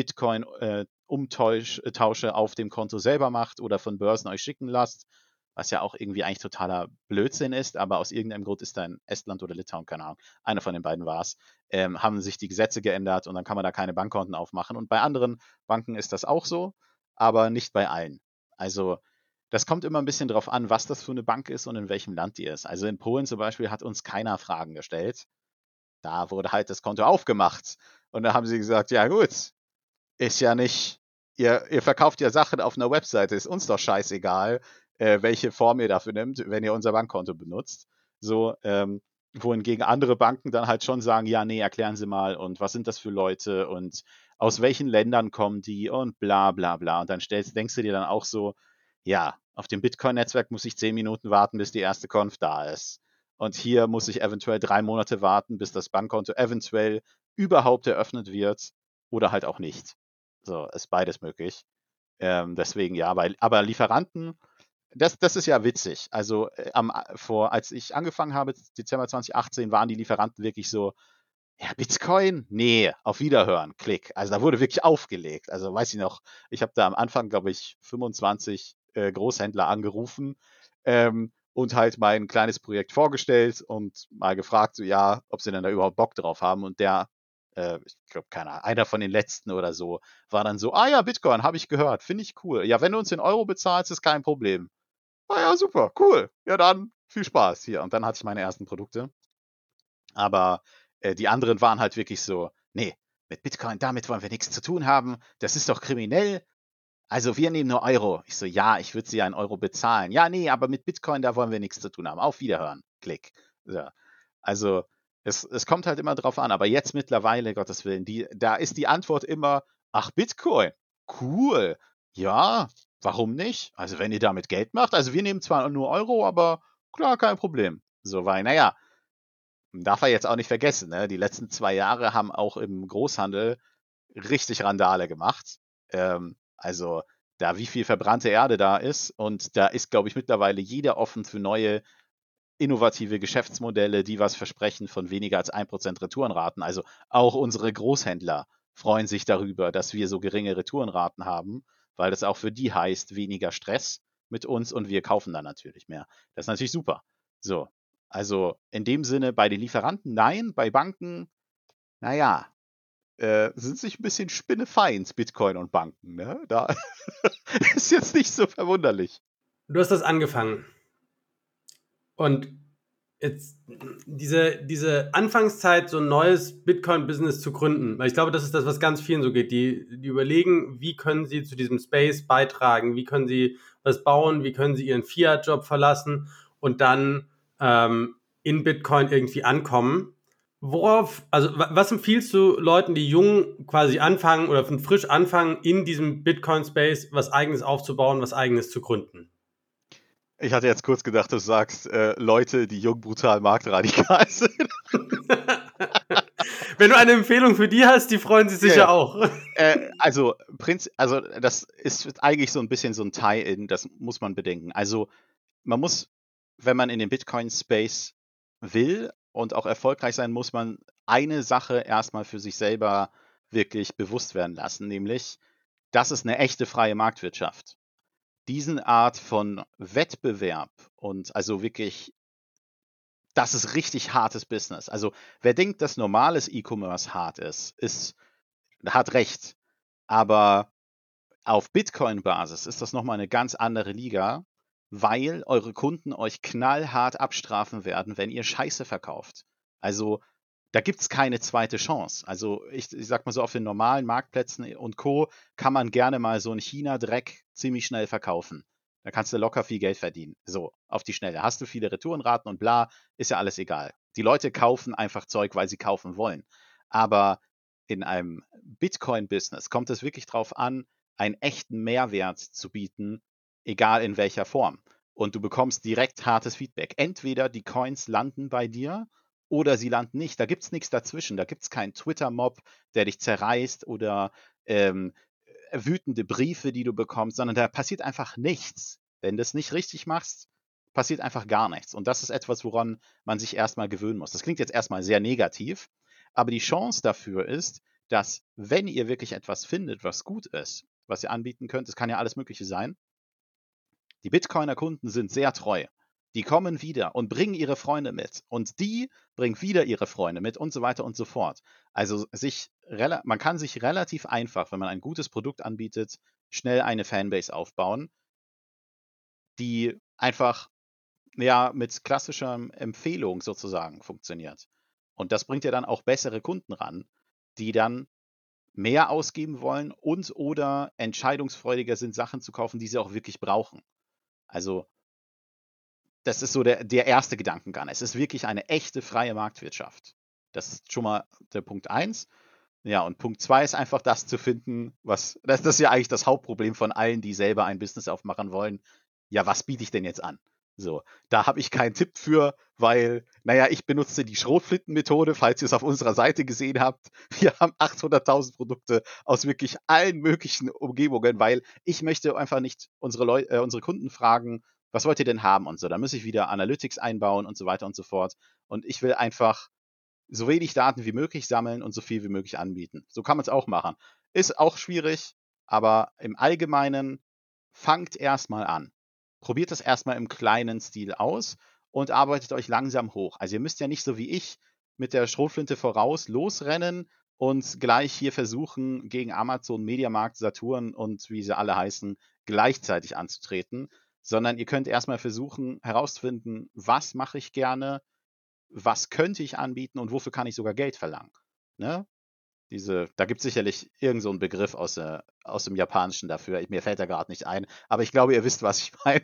C: Bitcoin-Umtausche auf dem Konto selber macht oder von Börsen euch schicken lasst, was ja auch irgendwie eigentlich totaler Blödsinn ist, aber aus irgendeinem Grund ist da in Estland oder Litauen, keine Ahnung, einer von den beiden war es, haben sich die Gesetze geändert und dann kann man da keine Bankkonten aufmachen. Und bei anderen Banken ist das auch so, aber nicht bei allen. Also das kommt immer ein bisschen drauf an, was das für eine Bank ist und in welchem Land die ist. Also in Polen zum Beispiel hat uns keiner Fragen gestellt. Da wurde halt das Konto aufgemacht. Und da haben sie gesagt, ja gut, ist ja nicht, ihr verkauft ja Sachen auf einer Webseite, ist uns doch scheißegal, welche Form ihr dafür nimmt, wenn ihr unser Bankkonto benutzt. So, wohingegen andere Banken dann halt schon sagen, ja, nee, erklären Sie mal und was sind das für Leute und aus welchen Ländern kommen die und bla bla bla. Und dann denkst du dir dann auch so, ja, auf dem Bitcoin-Netzwerk muss ich 10 Minuten warten, bis die erste Conf da ist. Und hier muss ich eventuell 3 Monate warten, bis das Bankkonto eventuell überhaupt eröffnet wird oder halt auch nicht. So, ist beides möglich. Deswegen ja, aber Lieferanten, das ist ja witzig. Also als ich angefangen habe, Dezember 2018, waren die Lieferanten wirklich so, ja, Bitcoin? Nee, auf Wiederhören, Klick. Also da wurde wirklich aufgelegt. Also weiß ich noch, ich habe da am Anfang, glaube ich, 25 Großhändler angerufen und halt mein kleines Projekt vorgestellt und mal gefragt, so ja, ob sie denn da überhaupt Bock drauf haben. Und ich glaube, einer von den letzten oder so, war dann so, ah ja, Bitcoin, habe ich gehört, finde ich cool. Ja, wenn du uns in Euro bezahlst, ist kein Problem. Ah ja, super, cool. Ja, dann viel Spaß hier. Und dann hatte ich meine ersten Produkte. Aber die anderen waren halt wirklich so, nee, mit Bitcoin, damit wollen wir nichts zu tun haben. Das ist doch kriminell. Also wir nehmen nur Euro. Ich so, ja, ich würde sie ja in Euro bezahlen. Ja, nee, aber mit Bitcoin, da wollen wir nichts zu tun haben. Auf Wiederhören. Klick. So. Also es kommt halt immer drauf an. Aber jetzt mittlerweile, Gottes Willen, da ist die Antwort immer, ach, Bitcoin. Cool. Ja, warum nicht? Also wenn ihr damit Geld macht, also wir nehmen zwar nur Euro, aber klar, kein Problem. So, weil, naja, darf er jetzt auch nicht vergessen, ne? Die letzten 2 Jahre haben auch im Großhandel richtig Randale gemacht. Also da wie viel verbrannte Erde da ist und da ist, glaube ich, mittlerweile jeder offen für neue innovative Geschäftsmodelle, die was versprechen von weniger als 1% Retourenraten. Also auch unsere Großhändler freuen sich darüber, dass wir so geringe Retourenraten haben, weil das auch für die heißt, weniger Stress mit uns und wir kaufen dann natürlich mehr. Das ist natürlich super. So, also in dem Sinne bei den Lieferanten nein, bei Banken, naja, sind sich ein bisschen spinnefeins, Bitcoin und Banken. Ne? Da ist jetzt nicht so verwunderlich.
A: Du hast das angefangen. Und jetzt diese Anfangszeit, so ein neues Bitcoin-Business zu gründen, weil ich glaube, das ist das, was ganz vielen so geht. Die überlegen, wie können sie zu diesem Space beitragen, wie können sie was bauen, wie können sie ihren Fiat-Job verlassen und dann in Bitcoin irgendwie ankommen. Was empfiehlst du Leuten, die jung quasi anfangen oder frisch anfangen, in diesem Bitcoin-Space was Eigenes aufzubauen, was Eigenes zu gründen?
C: Ich hatte jetzt kurz gedacht, du sagst Leute, die jung, brutal, marktradikal sind.
A: Wenn du eine Empfehlung für die hast, die freuen sich sicher auch.
C: Also das ist eigentlich so ein bisschen so ein Tie-in, das muss man bedenken. Also man muss, wenn man in den Bitcoin-Space will und auch erfolgreich sein, muss man eine Sache erstmal für sich selber wirklich bewusst werden lassen, nämlich, das ist eine echte freie Marktwirtschaft. Diesen Art von Wettbewerb und also wirklich, das ist richtig hartes Business. Also wer denkt, dass normales E-Commerce hart ist, hat recht. Aber auf Bitcoin-Basis ist das nochmal eine ganz andere Liga, weil eure Kunden euch knallhart abstrafen werden, wenn ihr Scheiße verkauft. Also da gibt es keine zweite Chance. Also ich sag mal so, auf den normalen Marktplätzen und Co. kann man gerne mal so einen China-Dreck ziemlich schnell verkaufen. Da kannst du locker viel Geld verdienen. So, auf die Schnelle. Hast du viele Retourenraten und bla, ist ja alles egal. Die Leute kaufen einfach Zeug, weil sie kaufen wollen. Aber in einem Bitcoin-Business kommt es wirklich drauf an, einen echten Mehrwert zu bieten, egal in welcher Form. Und du bekommst direkt hartes Feedback. Entweder die Coins landen bei dir oder sie landen nicht. Da gibt es nichts dazwischen. Da gibt es keinen Twitter-Mob, der dich zerreißt oder wütende Briefe, die du bekommst, sondern da passiert einfach nichts. Wenn du es nicht richtig machst, passiert einfach gar nichts. Und das ist etwas, woran man sich erstmal gewöhnen muss. Das klingt jetzt erstmal sehr negativ, aber die Chance dafür ist, dass, wenn ihr wirklich etwas findet, was gut ist, was ihr anbieten könnt, es kann ja alles Mögliche sein, die Bitcoiner-Kunden sind sehr treu. Die kommen wieder und bringen ihre Freunde mit. Und die bringen wieder ihre Freunde mit und so weiter und so fort. Also man kann sich relativ einfach, wenn man ein gutes Produkt anbietet, schnell eine Fanbase aufbauen, die einfach mit klassischer Empfehlung sozusagen funktioniert. Und das bringt ja dann auch bessere Kunden ran, die dann mehr ausgeben wollen und oder entscheidungsfreudiger sind, Sachen zu kaufen, die sie auch wirklich brauchen. Also das ist so der erste Gedankengang. Es ist wirklich eine echte freie Marktwirtschaft. Das ist schon mal der Punkt 1. Ja, und Punkt 2 ist einfach das zu finden, das ist ja eigentlich das Hauptproblem von allen, die selber ein Business aufmachen wollen. Ja, was biete ich denn jetzt an? So, da habe ich keinen Tipp für, weil, ich benutze die Schrotflinten-Methode, falls ihr es auf unserer Seite gesehen habt. Wir haben 800.000 Produkte aus wirklich allen möglichen Umgebungen, weil ich möchte einfach nicht unsere Kunden fragen, was wollt ihr denn haben und so. Da muss ich wieder Analytics einbauen und so weiter und so fort. Und ich will einfach so wenig Daten wie möglich sammeln und so viel wie möglich anbieten. So kann man es auch machen. Ist auch schwierig, aber im Allgemeinen fangt erstmal an. Probiert das erstmal im kleinen Stil aus und arbeitet euch langsam hoch. Also ihr müsst ja nicht so wie ich mit der Schrotflinte voraus losrennen und gleich hier versuchen, gegen Amazon, Mediamarkt, Saturn und wie sie alle heißen, gleichzeitig anzutreten, sondern ihr könnt erstmal versuchen herauszufinden, was mache ich gerne, was könnte ich anbieten und wofür kann ich sogar Geld verlangen. Ne? Da gibt es sicherlich irgend so einen Begriff aus dem Japanischen dafür. Mir fällt da gerade nicht ein, aber ich glaube, ihr wisst, was ich meine.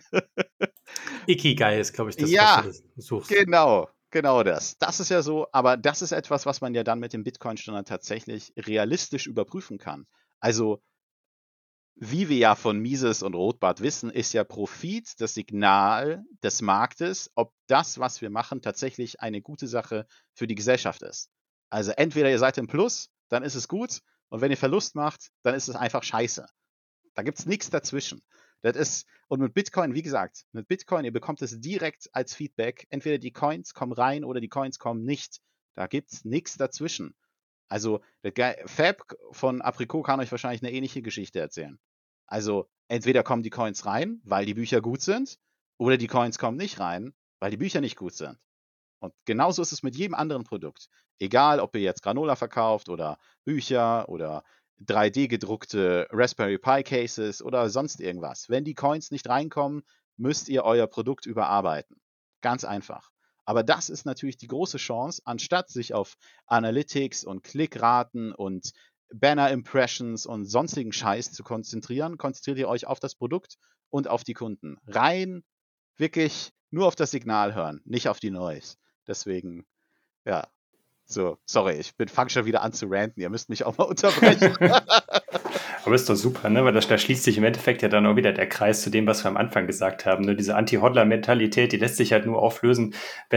A: Ikigai ist, glaube ich, das,
C: Ja,
A: was du suchst.
C: Genau das. Das ist ja so, aber das ist etwas, was man ja dann mit dem Bitcoin-Standard tatsächlich realistisch überprüfen kann. Also wie wir ja von Mises und Rothbard wissen, ist ja Profit das Signal des Marktes, ob das, was wir machen, tatsächlich eine gute Sache für die Gesellschaft ist. Also entweder ihr seid im Plus, dann ist es gut, und wenn ihr Verlust macht, dann ist es einfach scheiße. Da gibt es nichts dazwischen. Und mit Bitcoin, wie gesagt, ihr bekommt es direkt als Feedback. Entweder die Coins kommen rein oder die Coins kommen nicht. Da gibt es nichts dazwischen. Also, Fab von Apricot kann euch wahrscheinlich eine ähnliche Geschichte erzählen. Also, entweder kommen die Coins rein, weil die Bücher gut sind, oder die Coins kommen nicht rein, weil die Bücher nicht gut sind. Und genauso ist es mit jedem anderen Produkt. Egal, ob ihr jetzt Granola verkauft oder Bücher oder 3D-gedruckte Raspberry Pi Cases oder sonst irgendwas. Wenn die Coins nicht reinkommen, müsst ihr euer Produkt überarbeiten. Ganz einfach. Aber das ist natürlich die große Chance, anstatt sich auf Analytics und Klickraten und Banner-Impressions und sonstigen Scheiß zu konzentrieren, konzentriert ihr euch auf das Produkt und auf die Kunden. Rein wirklich nur auf das Signal hören, nicht auf die Noise. Deswegen, ja, so, sorry, ich fange schon wieder an zu ranten, ihr müsst mich auch mal unterbrechen.
B: Aber ist doch super, ne? Weil da schließt sich im Endeffekt ja dann auch wieder der Kreis zu dem, was wir am Anfang gesagt haben. Ne? Diese Anti-Hodler-Mentalität, die lässt sich halt nur auflösen, wenn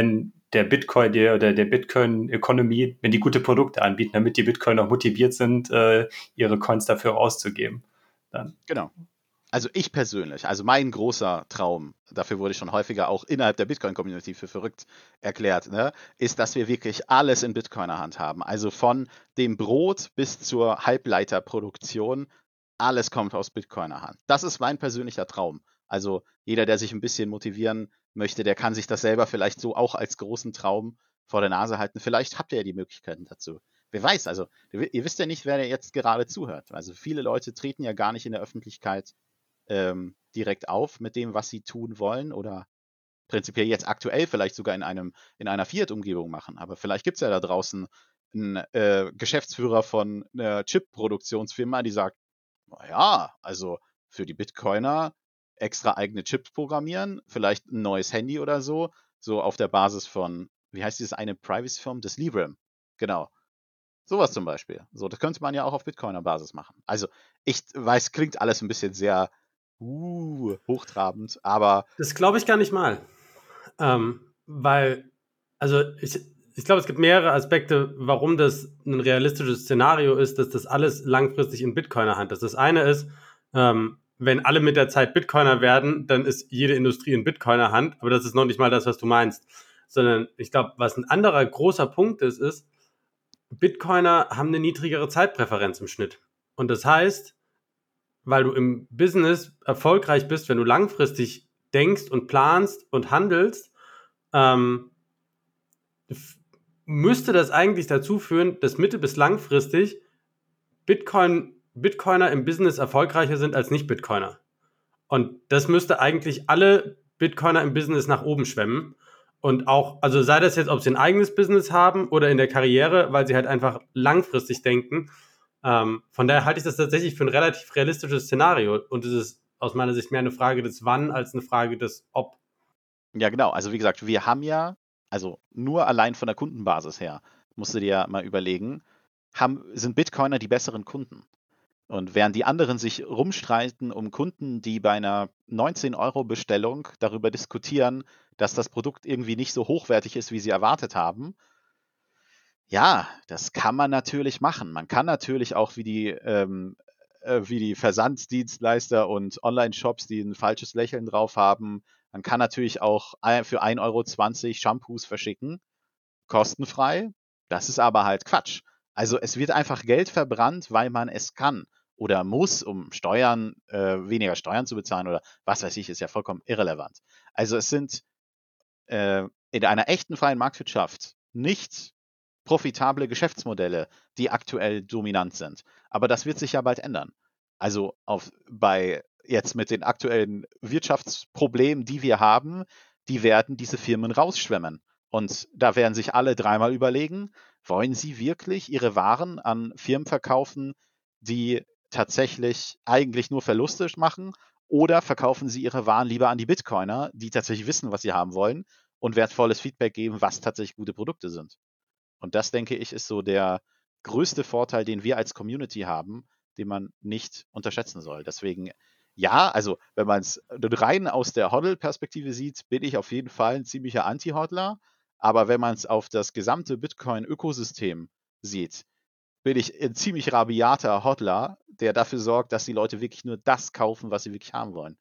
B: der Bitcoin oder der Bitcoin-Economy, wenn die gute Produkte anbieten, damit die Bitcoiner auch motiviert sind, ihre Coins dafür auszugeben. Dann.
C: Genau. Also ich persönlich, also mein großer Traum, dafür wurde ich schon häufiger auch innerhalb der Bitcoin-Community für verrückt erklärt, ne, ist, dass wir wirklich alles in Bitcoiner Hand haben. Also von dem Brot bis zur Halbleiterproduktion, alles kommt aus Bitcoiner Hand. Das ist mein persönlicher Traum. Also jeder, der sich ein bisschen motivieren möchte, der kann sich das selber vielleicht so auch als großen Traum vor der Nase halten. Vielleicht habt ihr ja die Möglichkeiten dazu. Wer weiß, also ihr wisst ja nicht, wer jetzt gerade zuhört. Also viele Leute treten ja gar nicht in der Öffentlichkeit direkt auf mit dem, was sie tun wollen oder prinzipiell jetzt aktuell vielleicht sogar in einer Fiat-Umgebung machen. Aber vielleicht gibt es ja da draußen einen Geschäftsführer von einer Chip-Produktionsfirma, die sagt, naja, also für die Bitcoiner extra eigene Chips programmieren, vielleicht ein neues Handy oder so auf der Basis von, wie heißt dieses eine Privacy-Firm? Das Librem. Genau. Sowas zum Beispiel. So, das könnte man ja auch auf Bitcoiner-Basis machen. Also, ich weiß, klingt alles ein bisschen sehr hochtrabend, aber
A: Das glaube ich gar nicht mal. Weil, also ich glaube, es gibt mehrere Aspekte, warum das ein realistisches Szenario ist, dass das alles langfristig in Bitcoiner Hand ist. Das eine ist, wenn alle mit der Zeit Bitcoiner werden, dann ist jede Industrie in Bitcoiner Hand, aber das ist noch nicht mal das, was du meinst. Sondern ich glaube, was ein anderer großer Punkt ist, Bitcoiner haben eine niedrigere Zeitpräferenz im Schnitt. Und das heißt, weil du im Business erfolgreich bist, wenn du langfristig denkst und planst und handelst, müsste das eigentlich dazu führen, dass mittel- bis langfristig Bitcoiner im Business erfolgreicher sind als Nicht-Bitcoiner. Und das müsste eigentlich alle Bitcoiner im Business nach oben schwemmen. Und auch, also sei das jetzt, ob sie ein eigenes Business haben oder in der Karriere, weil sie halt einfach langfristig denken. Von daher halte ich das tatsächlich für ein relativ realistisches Szenario. Und es ist aus meiner Sicht mehr eine Frage des Wann als eine Frage des Ob.
C: ja, genau. Also wie gesagt, wir haben ja, also nur allein von der Kundenbasis her, musst du dir ja mal überlegen, sind Bitcoiner die besseren Kunden. Und während die anderen sich rumstreiten um Kunden, die bei einer 19-Euro-Bestellung darüber diskutieren, dass das Produkt irgendwie nicht so hochwertig ist, wie sie erwartet haben, ja, das kann man natürlich machen. Man kann natürlich auch wie die Versanddienstleister und Online-Shops, die ein falsches Lächeln drauf haben, man kann natürlich auch für 1,20 Euro Shampoos verschicken, kostenfrei. Das ist aber halt Quatsch. Also es wird einfach Geld verbrannt, weil man es kann oder muss, um weniger Steuern zu bezahlen oder was weiß ich, ist ja vollkommen irrelevant. Also es sind in einer echten freien Marktwirtschaft nicht profitable Geschäftsmodelle, die aktuell dominant sind. Aber das wird sich ja bald ändern. Also jetzt mit den aktuellen Wirtschaftsproblemen, die wir haben, die werden diese Firmen rausschwemmen. Und da werden sich alle dreimal überlegen, wollen sie wirklich ihre Waren an Firmen verkaufen, die tatsächlich eigentlich nur Verluste machen, oder verkaufen sie ihre Waren lieber an die Bitcoiner, die tatsächlich wissen, was sie haben wollen und wertvolles Feedback geben, was tatsächlich gute Produkte sind. Und das, denke ich, ist so der größte Vorteil, den wir als Community haben, den man nicht unterschätzen soll. Deswegen, ja, also wenn man es rein aus der Hodl-Perspektive sieht, bin ich auf jeden Fall ein ziemlicher Anti-Hodler. Aber wenn man es auf das gesamte Bitcoin-Ökosystem sieht, bin ich ein ziemlich rabiater Hodler, der dafür sorgt, dass die Leute wirklich nur das kaufen, was sie wirklich haben wollen.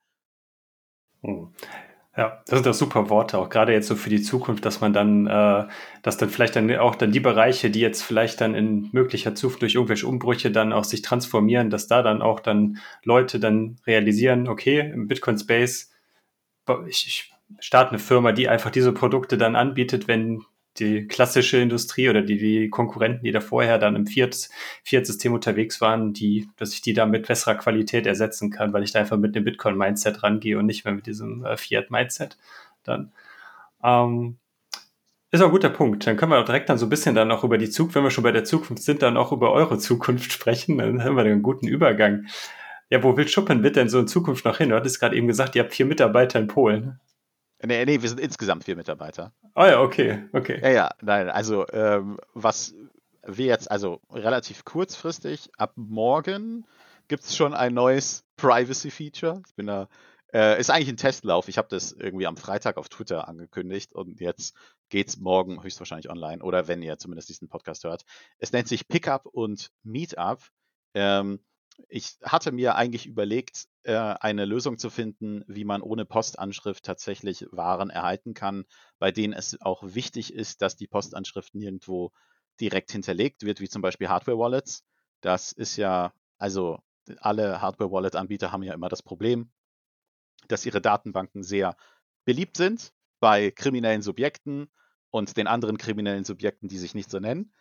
B: Ja, das sind doch super Worte, auch gerade jetzt so für die Zukunft, dass man dann, dass dann vielleicht dann auch dann die Bereiche, die jetzt vielleicht dann in möglicher Zukunft durch irgendwelche Umbrüche dann auch sich transformieren, dass da dann auch dann Leute dann realisieren, okay, im Bitcoin-Space, ich starte eine Firma, die einfach diese Produkte dann anbietet, wenn die klassische Industrie oder die Konkurrenten, die da vorher dann im Fiat-System unterwegs waren, dass ich die da mit besserer Qualität ersetzen kann, weil ich da einfach mit einem Bitcoin-Mindset rangehe und nicht mehr mit diesem Fiat-Mindset dann. Ist auch ein guter Punkt. Dann können wir auch direkt dann so ein bisschen dann auch über die Zukunft, wenn wir schon bei der Zukunft sind, dann auch über eure Zukunft sprechen. Dann haben wir einen guten Übergang. Ja, wo will Schuppen wird denn so in Zukunft noch hin? Du hattest gerade eben gesagt, ihr habt 4 Mitarbeiter in Polen.
C: Nee, wir sind insgesamt 4 Mitarbeiter.
B: Oh ja, okay.
C: Ja, nein, also was wir jetzt, also relativ kurzfristig, ab morgen gibt es schon ein neues Privacy-Feature. Ich bin da Ist eigentlich ein Testlauf. Ich habe das irgendwie am Freitag auf Twitter angekündigt und jetzt geht's morgen höchstwahrscheinlich online oder wenn ihr zumindest diesen Podcast hört. Es nennt sich Pickup und Meetup. Ähm, Ich hatte mir eigentlich überlegt, eine Lösung zu finden, wie man ohne Postanschrift tatsächlich Waren erhalten kann, bei denen es auch wichtig ist, dass die Postanschrift nirgendwo direkt hinterlegt wird, wie zum Beispiel Hardware-Wallets. Das ist ja, also alle Hardware-Wallet-Anbieter haben ja immer das Problem, dass ihre Datenbanken sehr beliebt sind bei kriminellen Subjekten und den anderen kriminellen Subjekten, die sich nicht so nennen.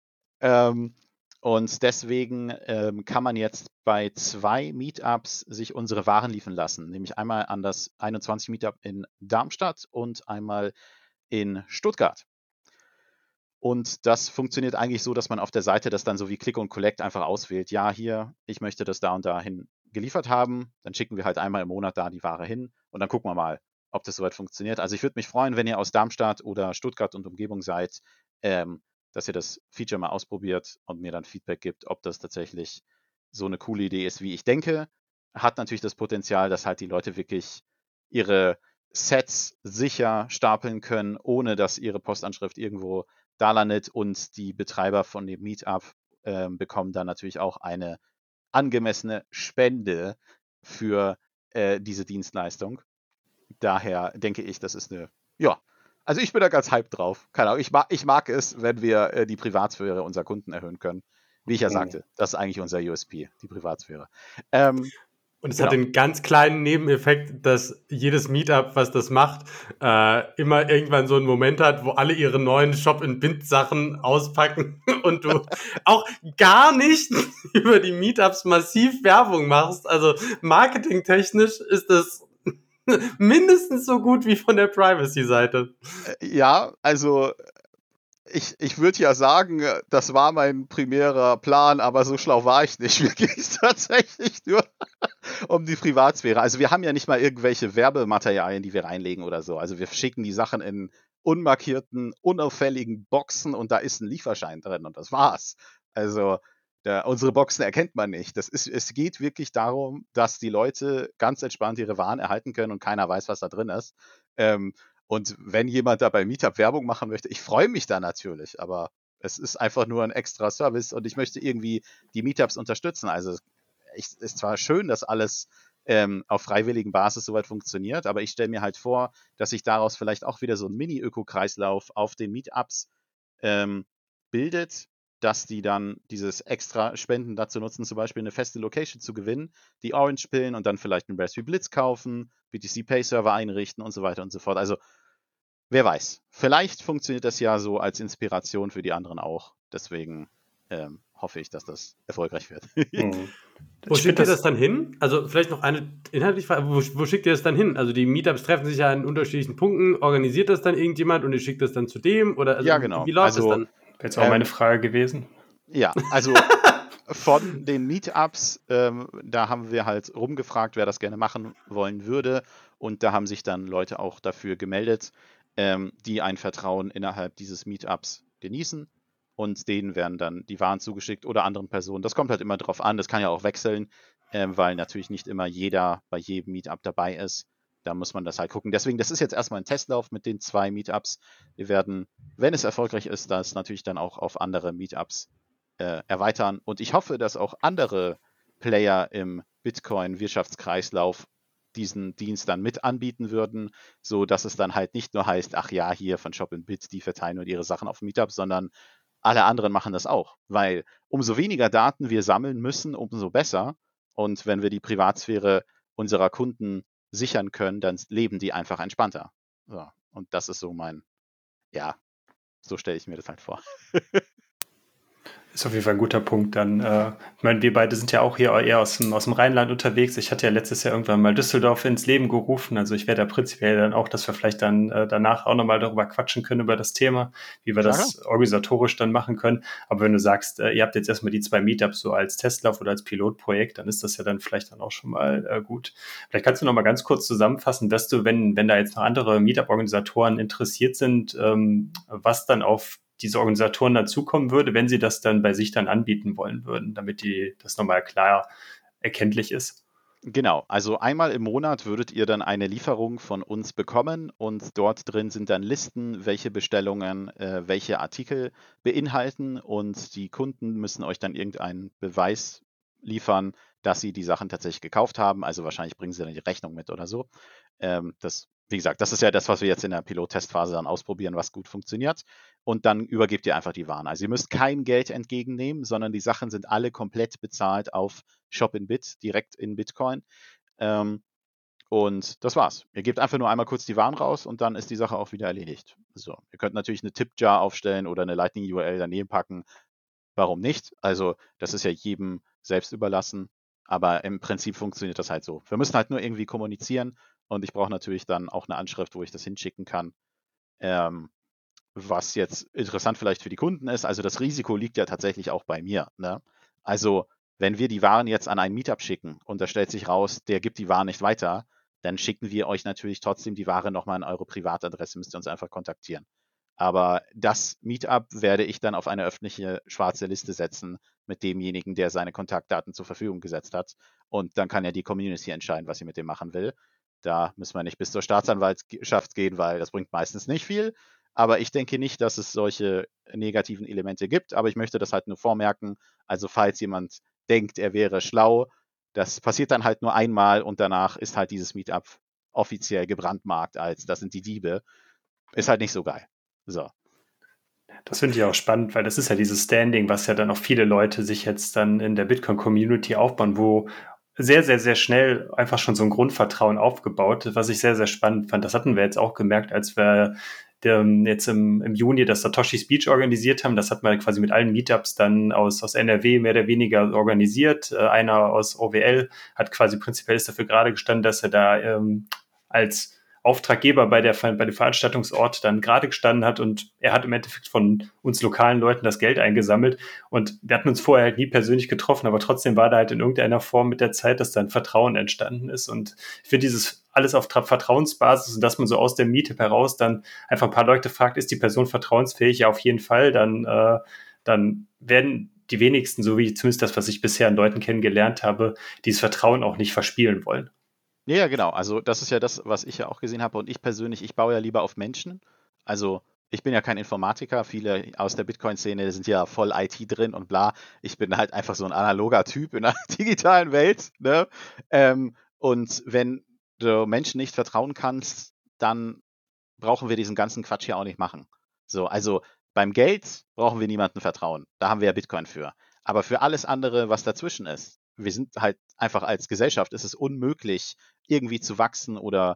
C: Und deswegen kann man jetzt bei 2 Meetups sich unsere Waren liefern lassen, nämlich einmal an das 21 Meetup in Darmstadt und einmal in Stuttgart. Und das funktioniert eigentlich so, dass man auf der Seite das dann so wie Click und Collect einfach auswählt. Ja, hier, ich möchte das da und dahin geliefert haben. Dann schicken wir halt einmal im Monat da die Ware hin und dann gucken wir mal, ob das soweit funktioniert. Also ich würde mich freuen, wenn ihr aus Darmstadt oder Stuttgart und Umgebung seid, dass ihr das Feature mal ausprobiert und mir dann Feedback gibt, ob das tatsächlich so eine coole Idee ist, wie ich denke. Hat natürlich das Potenzial, dass halt die Leute wirklich ihre Sets sicher stapeln können, ohne dass ihre Postanschrift irgendwo da landet und die Betreiber von dem Meetup bekommen dann natürlich auch eine angemessene Spende für diese Dienstleistung. Daher denke ich, das ist ja, also ich bin da ganz hyped drauf. Keine Ahnung, ich mag es, wenn wir die Privatsphäre unserer Kunden erhöhen können. Wie ich ja sagte, das ist eigentlich unser USP, die Privatsphäre.
A: Und es hat
C: Genau.
A: den ganz kleinen Nebeneffekt, dass jedes Meetup, was das macht, immer irgendwann so einen Moment hat, wo alle ihre neuen Shop-in-Bind-Sachen auspacken und du auch gar nicht über die Meetups massiv Werbung machst. Also marketingtechnisch ist das mindestens so gut wie von der Privacy-Seite.
C: Ja, also ich würde ja sagen, das war mein primärer Plan, aber so schlau war ich nicht. Mir ging es tatsächlich nur um die Privatsphäre. Also wir haben ja nicht mal irgendwelche Werbematerialien, die wir reinlegen oder so. Also wir schicken die Sachen in unmarkierten, unauffälligen Boxen und da ist ein Lieferschein drin und das war's. Also unsere Boxen erkennt man nicht. Es geht wirklich darum, dass die Leute ganz entspannt ihre Waren erhalten können und keiner weiß, was da drin ist. Und wenn jemand da bei Meetup Werbung machen möchte, ich freue mich da natürlich, aber es ist einfach nur ein extra Service und ich möchte irgendwie die Meetups unterstützen. Also es ist zwar schön, dass alles auf freiwilligen Basis soweit funktioniert, aber ich stelle mir halt vor, dass sich daraus vielleicht auch wieder so ein Mini-Öko-Kreislauf auf den Meetups bildet, dass die dann dieses extra Spenden dazu nutzen, zum Beispiel eine feste Location zu gewinnen, die Orange-Pillen und dann vielleicht einen Raspberry Blitz kaufen, BTC-Pay-Server einrichten und so weiter und so fort. Also wer weiß. Vielleicht funktioniert das ja so als Inspiration für die anderen auch. Deswegen hoffe ich, dass das erfolgreich wird.
A: Wo schickt ihr das dann hin? Also vielleicht noch eine inhaltliche Frage. Wo schickt ihr das dann hin? Also die Meetups treffen sich ja an unterschiedlichen Punkten. Organisiert das dann irgendjemand und ihr schickt das dann zu dem? Oder also
C: Ja, genau.
A: Wie läuft das dann?
B: Wäre jetzt auch meine Frage gewesen.
C: Ja, also von den Meetups, da haben wir halt rumgefragt, wer das gerne machen wollen würde. Und da haben sich dann Leute auch dafür gemeldet, die ein Vertrauen innerhalb dieses Meetups genießen. Und denen werden dann die Waren zugeschickt oder anderen Personen. Das kommt halt immer drauf an. Das kann ja auch wechseln, weil natürlich nicht immer jeder bei jedem Meetup dabei ist. Da muss man das halt gucken. Deswegen, das ist jetzt erstmal ein Testlauf mit den 2 Meetups. Wir werden, wenn es erfolgreich ist, das natürlich dann auch auf andere Meetups erweitern. Und ich hoffe, dass auch andere Player im Bitcoin-Wirtschaftskreislauf diesen Dienst dann mit anbieten würden, so dass es dann halt nicht nur heißt, ach ja, hier von Shop&Bit, die verteilen nur ihre Sachen auf Meetup, sondern alle anderen machen das auch, weil umso weniger Daten wir sammeln müssen, umso besser. Und wenn wir die Privatsphäre unserer Kunden sichern können, dann leben die einfach entspannter. So. Und das ist so so stelle ich mir das halt vor.
B: Ist auf jeden Fall ein guter Punkt. Dann, ich meine, wir beide sind ja auch hier eher aus dem Rheinland unterwegs. Ich hatte ja letztes Jahr irgendwann mal Düsseldorf ins Leben gerufen. Also ich wäre da prinzipiell dann auch, dass wir vielleicht dann danach auch nochmal darüber quatschen können, über das Thema, wie wir das organisatorisch dann machen können. Aber wenn du sagst, ihr habt jetzt erstmal die 2 Meetups so als Testlauf oder als Pilotprojekt, dann ist das ja dann vielleicht dann auch schon mal gut. Vielleicht kannst du nochmal ganz kurz zusammenfassen, dass du, wenn da jetzt noch andere Meetup-Organisatoren interessiert sind, was dann auf diese Organisatoren dazukommen würde, wenn sie das dann bei sich dann anbieten wollen würden, damit das nochmal klar erkenntlich ist?
C: Genau, also einmal im Monat würdet ihr dann eine Lieferung von uns bekommen und dort drin sind dann Listen, welche Bestellungen welche Artikel beinhalten und die Kunden müssen euch dann irgendeinen Beweis liefern, dass sie die Sachen tatsächlich gekauft haben. Also wahrscheinlich bringen sie dann die Rechnung mit oder so. Wie gesagt, das ist ja das, was wir jetzt in der Pilottestphase dann ausprobieren, was gut funktioniert. Und dann übergebt ihr einfach die Waren. Also ihr müsst kein Geld entgegennehmen, sondern die Sachen sind alle komplett bezahlt auf Shop in Bit, direkt in Bitcoin. Ähm, und das war's. Ihr gebt einfach nur einmal kurz die Waren raus und dann ist die Sache auch wieder erledigt. So, ihr könnt natürlich eine Tip-Jar aufstellen oder eine Lightning-URL daneben packen. Warum nicht? Also, das ist ja jedem selbst überlassen. Aber im Prinzip funktioniert das halt so. Wir müssen halt nur irgendwie kommunizieren und ich brauche natürlich dann auch eine Anschrift, wo ich das hinschicken kann. Ähm, was jetzt interessant vielleicht für die Kunden ist, also das Risiko liegt ja tatsächlich auch bei mir. Ne? Also wenn wir die Waren jetzt an ein Meetup schicken und da stellt sich raus, der gibt die Waren nicht weiter, dann schicken wir euch natürlich trotzdem die Ware nochmal an eure Privatadresse, müsst ihr uns einfach kontaktieren. Aber das Meetup werde ich dann auf eine öffentliche schwarze Liste setzen mit demjenigen, der seine Kontaktdaten zur Verfügung gesetzt hat. Und dann kann ja die Community entscheiden, was sie mit dem machen will. Da müssen wir nicht bis zur Staatsanwaltschaft gehen, weil das bringt meistens nicht viel. Aber ich denke nicht, dass es solche negativen Elemente gibt. Aber ich möchte das halt nur vormerken. Also falls jemand denkt, er wäre schlau, das passiert dann halt nur einmal und danach ist halt dieses Meetup offiziell gebrandmarkt als das sind die Diebe. Ist halt nicht so geil. So.
B: Das finde ich auch spannend, weil das ist ja dieses Standing, was ja dann auch viele Leute sich jetzt dann in der Bitcoin-Community aufbauen, wo sehr, sehr, sehr schnell einfach schon so ein Grundvertrauen aufgebaut ist, was ich sehr, sehr spannend fand. Das hatten wir jetzt auch gemerkt, als wir jetzt im Juni das Satoshi Speech organisiert haben. Das hat man quasi mit allen Meetups dann aus NRW mehr oder weniger organisiert. Einer aus OWL hat quasi prinzipiell ist dafür gerade gestanden, dass er da als Auftraggeber bei dem Veranstaltungsort dann gerade gestanden hat und er hat im Endeffekt von uns lokalen Leuten das Geld eingesammelt und wir hatten uns vorher halt nie persönlich getroffen, aber trotzdem war da halt in irgendeiner Form mit der Zeit, dass dann Vertrauen entstanden ist und ich finde dieses alles auf Vertrauensbasis und dass man so aus der Miete heraus dann einfach ein paar Leute fragt, ist die Person vertrauensfähig? Ja, auf jeden Fall, dann werden die wenigsten, so wie zumindest das, was ich bisher an Leuten kennengelernt habe, dieses Vertrauen auch nicht verspielen wollen.
C: Ja, genau. Also das ist ja das, was ich ja auch gesehen habe. Und ich persönlich, ich baue ja lieber auf Menschen. Also ich bin ja kein Informatiker. Viele aus der Bitcoin-Szene sind ja voll IT drin und bla. Ich bin halt einfach so ein analoger Typ in der digitalen Welt. Ne? Und wenn du Menschen nicht vertrauen kannst, dann brauchen wir diesen ganzen Quatsch hier auch nicht machen. So, also beim Geld brauchen wir niemandem vertrauen. Da haben wir ja Bitcoin für. Aber für alles andere, was dazwischen ist, wir sind halt einfach als Gesellschaft, ist es unmöglich, irgendwie zu wachsen oder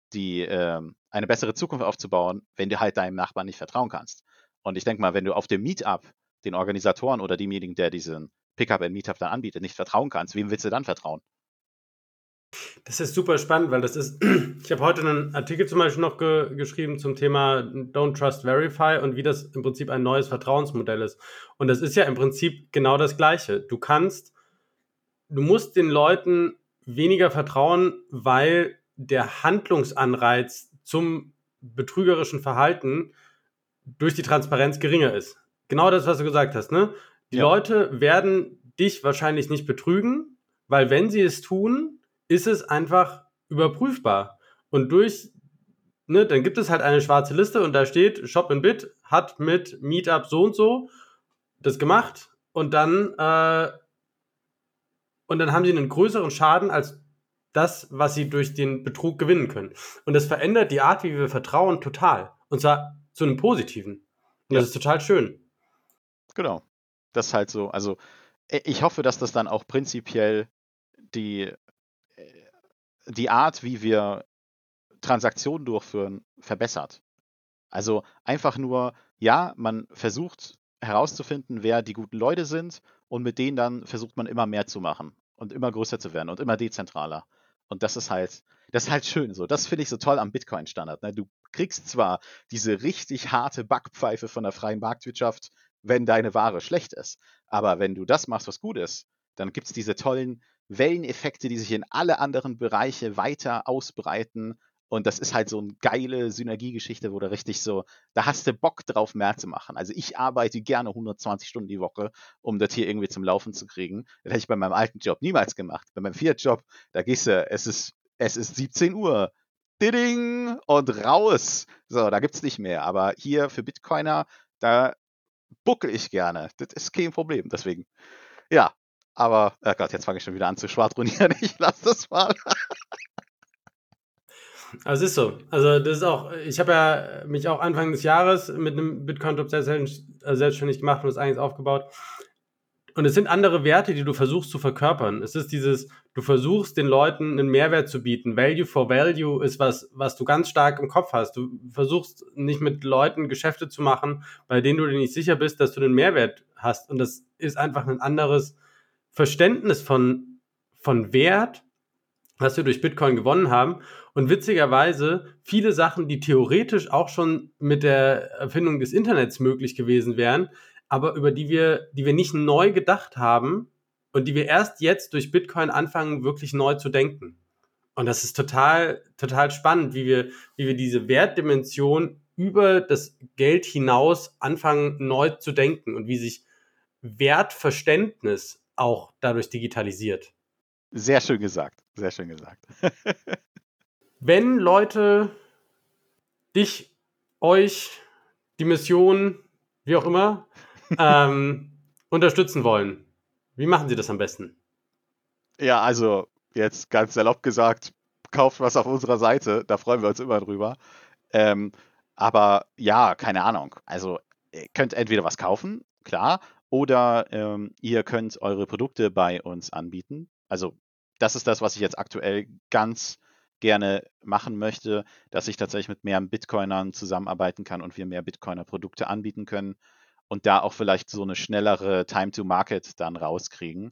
C: eine bessere Zukunft aufzubauen, wenn du halt deinem Nachbarn nicht vertrauen kannst. Und ich denke mal, wenn du auf dem Meetup den Organisatoren oder demjenigen, der diesen Pickup and Meetup dann anbietet, nicht vertrauen kannst, wem willst du dann vertrauen?
A: Das ist super spannend, weil das ist, ich habe heute einen Artikel zum Beispiel noch geschrieben zum Thema Don't Trust Verify und wie das im Prinzip ein neues Vertrauensmodell ist. Und das ist ja im Prinzip genau das Gleiche. Du musst den Leuten weniger vertrauen, weil der Handlungsanreiz zum betrügerischen Verhalten durch die Transparenz geringer ist. Genau das, was du gesagt hast, ne? Die
C: Ja.
A: Leute werden dich wahrscheinlich nicht betrügen, weil wenn sie es tun, ist es einfach überprüfbar. Und dann gibt es halt eine schwarze Liste und da steht, Shop in Bit hat mit Meetup so und so das gemacht und dann haben sie einen größeren Schaden als das, was sie durch den Betrug gewinnen können. Und das verändert die Art, wie wir vertrauen, total. Und zwar zu einem Positiven. Und
C: Ja,
A: das ist total schön.
C: genau. Das ist halt so. Also ich hoffe, dass das dann auch prinzipiell die, die Art, wie wir Transaktionen durchführen, verbessert. Also einfach nur, ja, man versucht herauszufinden, wer die guten Leute sind und mit denen dann versucht man immer mehr zu machen und immer größer zu werden und immer dezentraler. Und das ist halt schön so. Das finde ich so toll am Bitcoin-Standard. Ne? Du kriegst zwar diese richtig harte Backpfeife von der freien Marktwirtschaft, wenn deine Ware schlecht ist, aber wenn du das machst, was gut ist, dann gibt es diese tollen Welleneffekte, die sich in alle anderen Bereiche weiter ausbreiten Und das ist halt so eine geile Synergiegeschichte, wo du richtig so, da hast du Bock drauf, mehr zu machen. Also ich arbeite gerne 120 Stunden die Woche, um das hier irgendwie zum Laufen zu kriegen. Das hätte ich bei meinem alten Job niemals gemacht. Bei meinem Fiat-Job, da gehst du, es ist 17 Uhr. Diding und raus. So, da gibt's nicht mehr. Aber hier für Bitcoiner, da buckel ich gerne. Das ist kein Problem. Deswegen, ja. Aber, oh Gott, jetzt fange ich schon wieder an zu schwadronieren. Ich lasse das mal.
A: Also es ist so. Also das ist auch, ich habe ja mich auch Anfang des Jahres mit einem Bitcoin-Job selbstständig gemacht und das eigentlich aufgebaut. Und es sind andere Werte, die du versuchst zu verkörpern. Es ist dieses, du versuchst den Leuten einen Mehrwert zu bieten. Value for Value ist was du ganz stark im Kopf hast. Du versuchst nicht mit Leuten Geschäfte zu machen, bei denen du dir nicht sicher bist, dass du einen Mehrwert hast. Und das ist einfach ein anderes Verständnis von Wert, was wir durch Bitcoin gewonnen haben. Und witzigerweise, viele Sachen, die theoretisch auch schon mit der Erfindung des Internets möglich gewesen wären, aber über die wir nicht neu gedacht haben und die wir erst jetzt durch Bitcoin anfangen, wirklich neu zu denken. Und das ist total, total spannend, wie wir diese Wertdimension über das Geld hinaus anfangen, neu zu denken und wie sich Wertverständnis auch dadurch digitalisiert.
C: Sehr schön gesagt. Sehr schön gesagt.
A: Wenn Leute dich, euch, die Mission, wie auch immer, unterstützen wollen, wie machen sie das am besten?
C: Ja, also jetzt ganz salopp gesagt, kauft was auf unserer Seite, da freuen wir uns immer drüber. Aber ja, keine Ahnung. Also ihr könnt entweder was kaufen, klar, oder ihr könnt eure Produkte bei uns anbieten. Also das ist das, was ich jetzt aktuell ganz gerne machen möchte, dass ich tatsächlich mit mehr Bitcoinern zusammenarbeiten kann und wir mehr Bitcoiner-Produkte anbieten können und da auch vielleicht so eine schnellere Time-to-Market dann rauskriegen,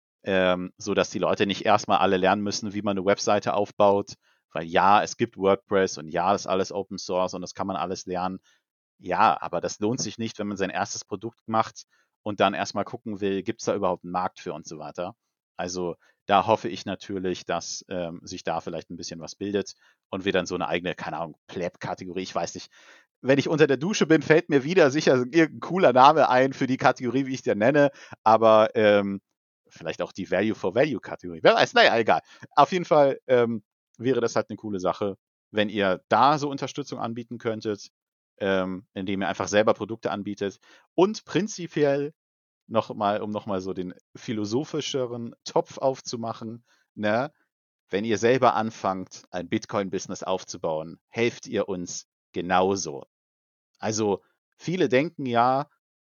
C: so dass die Leute nicht erstmal alle lernen müssen, wie man eine Webseite aufbaut, weil ja, es gibt WordPress und ja, das ist alles Open Source und das kann man alles lernen. Ja, aber das lohnt sich nicht, wenn man sein erstes Produkt macht und dann erstmal gucken will, gibt es da überhaupt einen Markt für und so weiter. Also da hoffe ich natürlich, dass sich da vielleicht ein bisschen was bildet und wir dann so eine eigene, keine Ahnung, Pleb-Kategorie, ich weiß nicht. Wenn ich unter der Dusche bin, fällt mir wieder sicher irgendein cooler Name ein für die Kategorie, wie ich die nenne, aber vielleicht auch die Value-for-Value-Kategorie. Wer weiß, naja, egal. Auf jeden Fall wäre das halt eine coole Sache, wenn ihr da so Unterstützung anbieten könntet, indem ihr einfach selber Produkte anbietet. Und prinzipiell um nochmal so den philosophischeren Topf aufzumachen, ne? Wenn ihr selber anfangt, ein Bitcoin-Business aufzubauen, helft ihr uns genauso. Also viele denken ja,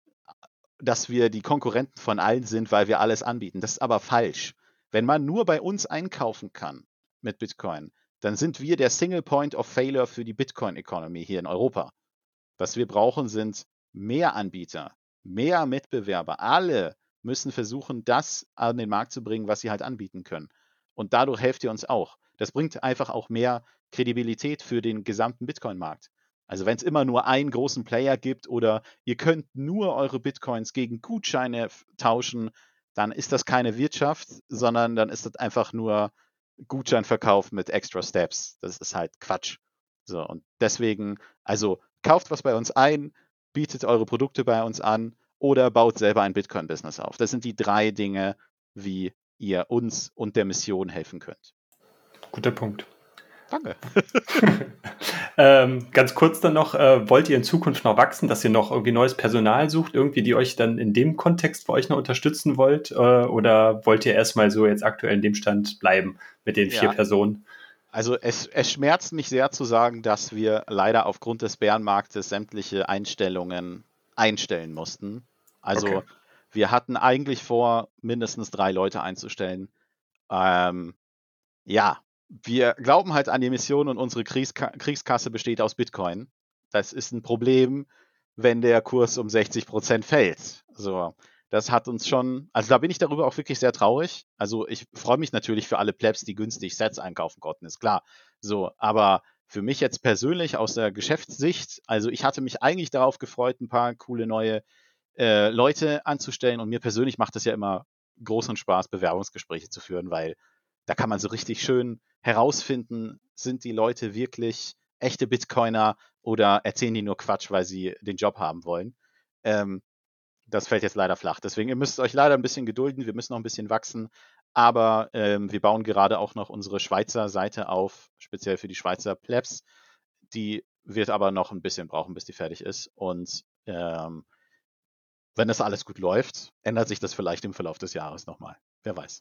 C: dass wir die Konkurrenten von allen sind, weil wir alles anbieten. Das ist aber falsch. Wenn man nur bei uns einkaufen kann mit Bitcoin, dann sind wir der Single Point of Failure für die Bitcoin-Economy hier in Europa. Was wir brauchen, sind mehr Anbieter, mehr Mitbewerber. Alle müssen versuchen, das an den Markt zu bringen, was sie halt anbieten können. Und dadurch helft ihr uns auch. Das bringt einfach auch mehr Kredibilität für den gesamten Bitcoin-Markt. Also wenn es immer nur einen großen Player gibt oder ihr könnt nur eure Bitcoins gegen Gutscheine tauschen, dann ist das keine Wirtschaft, sondern dann ist das einfach nur Gutscheinverkauf mit extra Steps. Das ist halt Quatsch. So, und deswegen, also kauft was bei uns ein, bietet eure Produkte bei uns an oder baut selber ein Bitcoin-Business auf. Das sind die 3 Dinge, wie ihr uns und der Mission helfen könnt.
B: Guter Punkt.
C: Danke.
B: Ganz kurz dann noch, wollt ihr in Zukunft noch wachsen, dass ihr noch irgendwie neues Personal sucht, irgendwie, die euch dann in dem Kontext bei euch noch unterstützen wollt? Oder wollt ihr erstmal so jetzt aktuell in dem Stand bleiben mit den 4 Personen?
C: Also es schmerzt mich sehr zu sagen, dass wir leider aufgrund des Bärenmarktes sämtliche Einstellungen einstellen mussten. Also wir hatten eigentlich vor, mindestens 3 Leute einzustellen. Ja, wir glauben halt an die Mission und unsere Kriegskasse besteht aus Bitcoin. Das ist ein Problem, wenn der Kurs um 60% fällt. So, das hat uns schon, also da bin ich darüber auch wirklich sehr traurig. Also ich freue mich natürlich für alle Plebs, die günstig Sets einkaufen konnten, ist klar. So, aber für mich jetzt persönlich aus der Geschäftssicht, also ich hatte mich eigentlich darauf gefreut, ein paar coole neue Leute anzustellen und mir persönlich macht es ja immer großen Spaß, Bewerbungsgespräche zu führen, weil Da kann man so richtig schön herausfinden, sind die Leute wirklich echte Bitcoiner oder erzählen die nur Quatsch, weil sie den Job haben wollen. Das fällt jetzt leider flach. Deswegen, ihr müsst euch leider ein bisschen gedulden, wir müssen noch ein bisschen wachsen. Aber wir bauen gerade auch noch unsere Schweizer Seite auf, speziell für die Schweizer Plebs. Die wird aber noch ein bisschen brauchen, bis die fertig ist. Und wenn das alles gut läuft, ändert sich das vielleicht im Verlauf des Jahres nochmal. Wer weiß.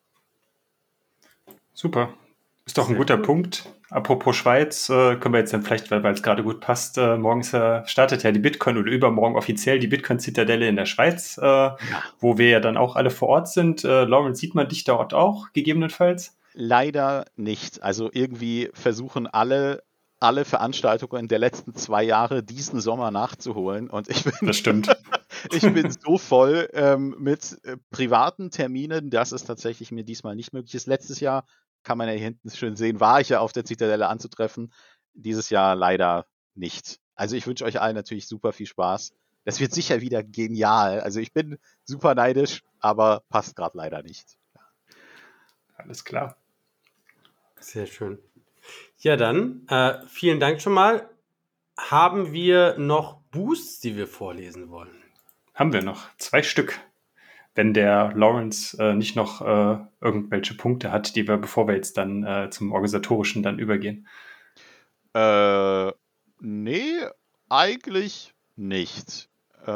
B: Super. Ist doch ein
A: Sehr
B: guter
A: cool.
B: Punkt. Apropos Schweiz, können wir jetzt dann vielleicht, weil es gerade gut passt, morgen startet ja die Bitcoin oder übermorgen offiziell die Bitcoin-Zitadelle in der Schweiz,
C: Ja.
B: wo wir ja dann auch alle vor Ort sind. Lawrence, sieht man dich dort auch, gegebenenfalls?
C: Leider nicht. Also irgendwie versuchen alle Veranstaltungen der letzten 2 Jahre diesen Sommer nachzuholen. Und
B: Das stimmt.
C: ich bin so voll mit privaten Terminen, dass es tatsächlich mir diesmal nicht möglich ist. Letztes Jahr, kann man ja hier hinten schön sehen, war ich ja auf der Zitadelle anzutreffen. Dieses Jahr leider nicht. Also ich wünsche euch allen natürlich super viel Spaß. Das wird sicher wieder genial. Also ich bin super neidisch, aber passt gerade leider nicht.
B: Alles klar.
A: Sehr schön. Ja, dann vielen Dank schon mal. Haben wir noch Boosts, die wir vorlesen wollen?
B: Haben wir noch 2 Stück. Wenn der Lawrence nicht noch irgendwelche Punkte hat, die wir, bevor wir jetzt dann zum Organisatorischen dann übergehen.
C: Nee, eigentlich nicht.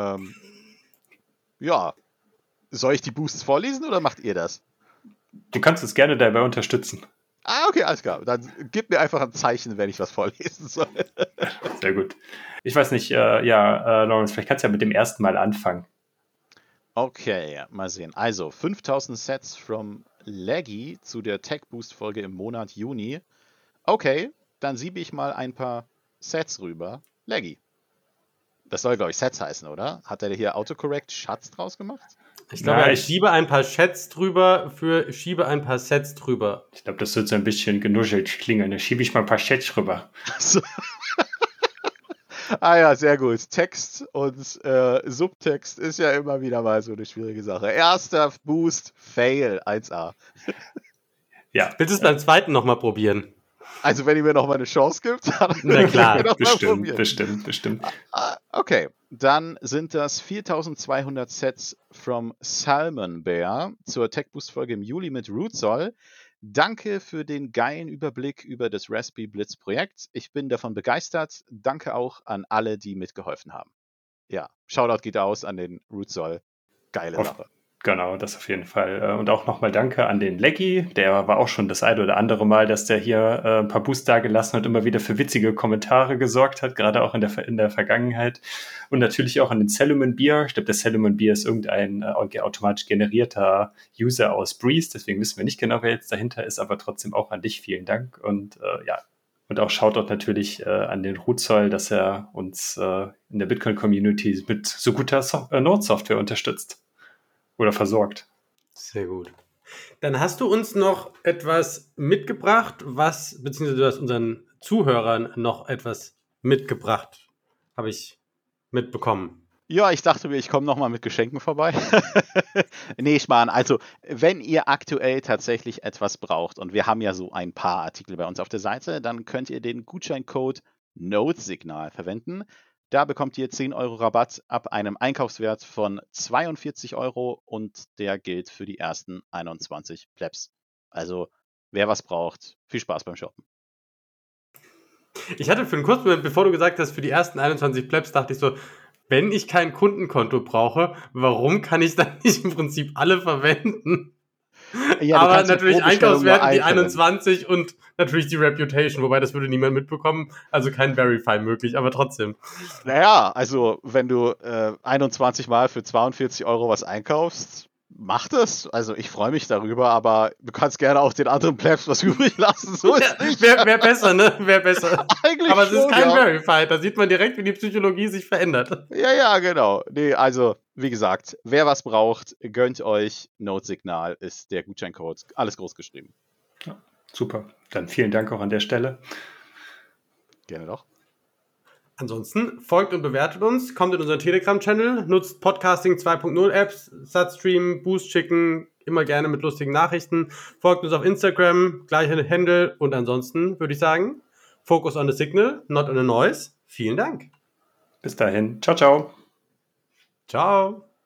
C: Ja. Soll ich die Boosts vorlesen oder macht ihr das?
B: Du kannst uns gerne dabei unterstützen.
C: Okay, alles klar. Dann gib mir einfach ein Zeichen, wenn ich was vorlesen soll.
B: Sehr gut. Ich weiß nicht, Lawrence, vielleicht kannst du ja mit dem ersten Mal anfangen.
C: Okay, mal sehen. Also, 5000 Sets from Leggy zu der Tech Boost Folge im Monat Juni. Okay, dann siebe ich mal ein paar Sets rüber. Leggy. Das soll, glaube ich, Sets heißen, oder? Hat er hier Autocorrect Schatz draus gemacht?
A: Ich glaube, er schiebe ein paar Chats drüber für schiebe ein paar Sets drüber.
B: Ich glaube, das wird so ein bisschen genuschelt klingen. Da schiebe ich mal ein paar Chats rüber.
C: So. Ah ja, sehr gut. Text und Subtext ist ja immer wieder mal so eine schwierige Sache. Erster Boost, Fail, 1A.
B: Ja.
A: Willst du es beim zweiten nochmal probieren?
C: Also wenn ihr mir noch mal eine Chance gibt, dann
A: Na klar,
B: bestimmt.
C: Okay, dann sind das 4200 Sets from Salmon Bear zur Tech Boost Folge im Juli mit Rootsoll. Danke für den geilen Überblick über das Raspberry Blitz Projekt. Ich bin davon begeistert. Danke auch an alle, die mitgeholfen haben. Ja, Shoutout geht aus an den Rootsoll. Geile Sache.
B: Genau, das auf jeden Fall. Und auch nochmal Danke an den Leggy. Der war auch schon das eine oder andere Mal, dass der hier ein paar Boosts dagelassen und immer wieder für witzige Kommentare gesorgt hat, gerade auch in der Vergangenheit. Und natürlich auch an den Salomon Beer. Ich glaube, der Salomon Beer ist irgendein automatisch generierter User aus Breeze. Deswegen wissen wir nicht genau, wer jetzt dahinter ist, aber trotzdem auch an dich vielen Dank. Und und auch Shoutout natürlich an den Rootsoll, dass er uns in der Bitcoin-Community mit so guter Node-Software unterstützt. Oder versorgt.
A: Sehr gut. Dann hast du uns noch etwas mitgebracht, beziehungsweise du hast unseren Zuhörern noch etwas mitgebracht, habe ich mitbekommen.
C: Ja, ich dachte mir, ich komme nochmal mit Geschenken vorbei. Nee, Schmarrn. Also, wenn ihr aktuell tatsächlich etwas braucht, und wir haben ja so ein paar Artikel bei uns auf der Seite, dann könnt ihr den Gutscheincode NODESIGNAL verwenden. Da bekommt ihr 10 Euro Rabatt ab einem Einkaufswert von 42 Euro und der gilt für die ersten 21 Plebs. Also, wer was braucht, viel Spaß beim Shoppen.
A: Ich hatte für einen kurzen Moment, bevor du gesagt hast, für die ersten 21 Plebs, dachte ich so, wenn ich kein Kundenkonto brauche, warum kann ich dann nicht im Prinzip alle verwenden?
C: Ja,
A: aber natürlich Einkaufswerte die
C: verwenden.
A: 21 und natürlich die Reputation, wobei das würde niemand mitbekommen, also kein Verify möglich, aber trotzdem.
C: Naja, also wenn du 21 Mal für 42 Euro was einkaufst, mach das. Also ich freue mich darüber, aber du kannst gerne auch den anderen Plebs was übrig lassen. So ist nicht.
A: Wäre besser, ne? Wäre besser.
C: Eigentlich
A: aber es ist
C: schon,
A: kein
C: ja.
A: Verify, da sieht man direkt, wie die Psychologie sich verändert.
C: Ja, genau. Nee, also wie gesagt, wer was braucht, gönnt euch. NodeSignal ist der Gutscheincode. Alles groß geschrieben.
B: Ja, super. Dann vielen Dank auch an der Stelle.
C: Gerne doch.
A: Ansonsten folgt und bewertet uns, kommt in unseren Telegram-Channel, nutzt Podcasting 2.0 Apps, Satstream, Boost schicken, immer gerne mit lustigen Nachrichten. Folgt uns auf Instagram, gleiche Handle. Und ansonsten würde ich sagen, focus on the signal, not on the noise. Vielen Dank.
B: Bis dahin. Ciao, ciao.
A: Ciao.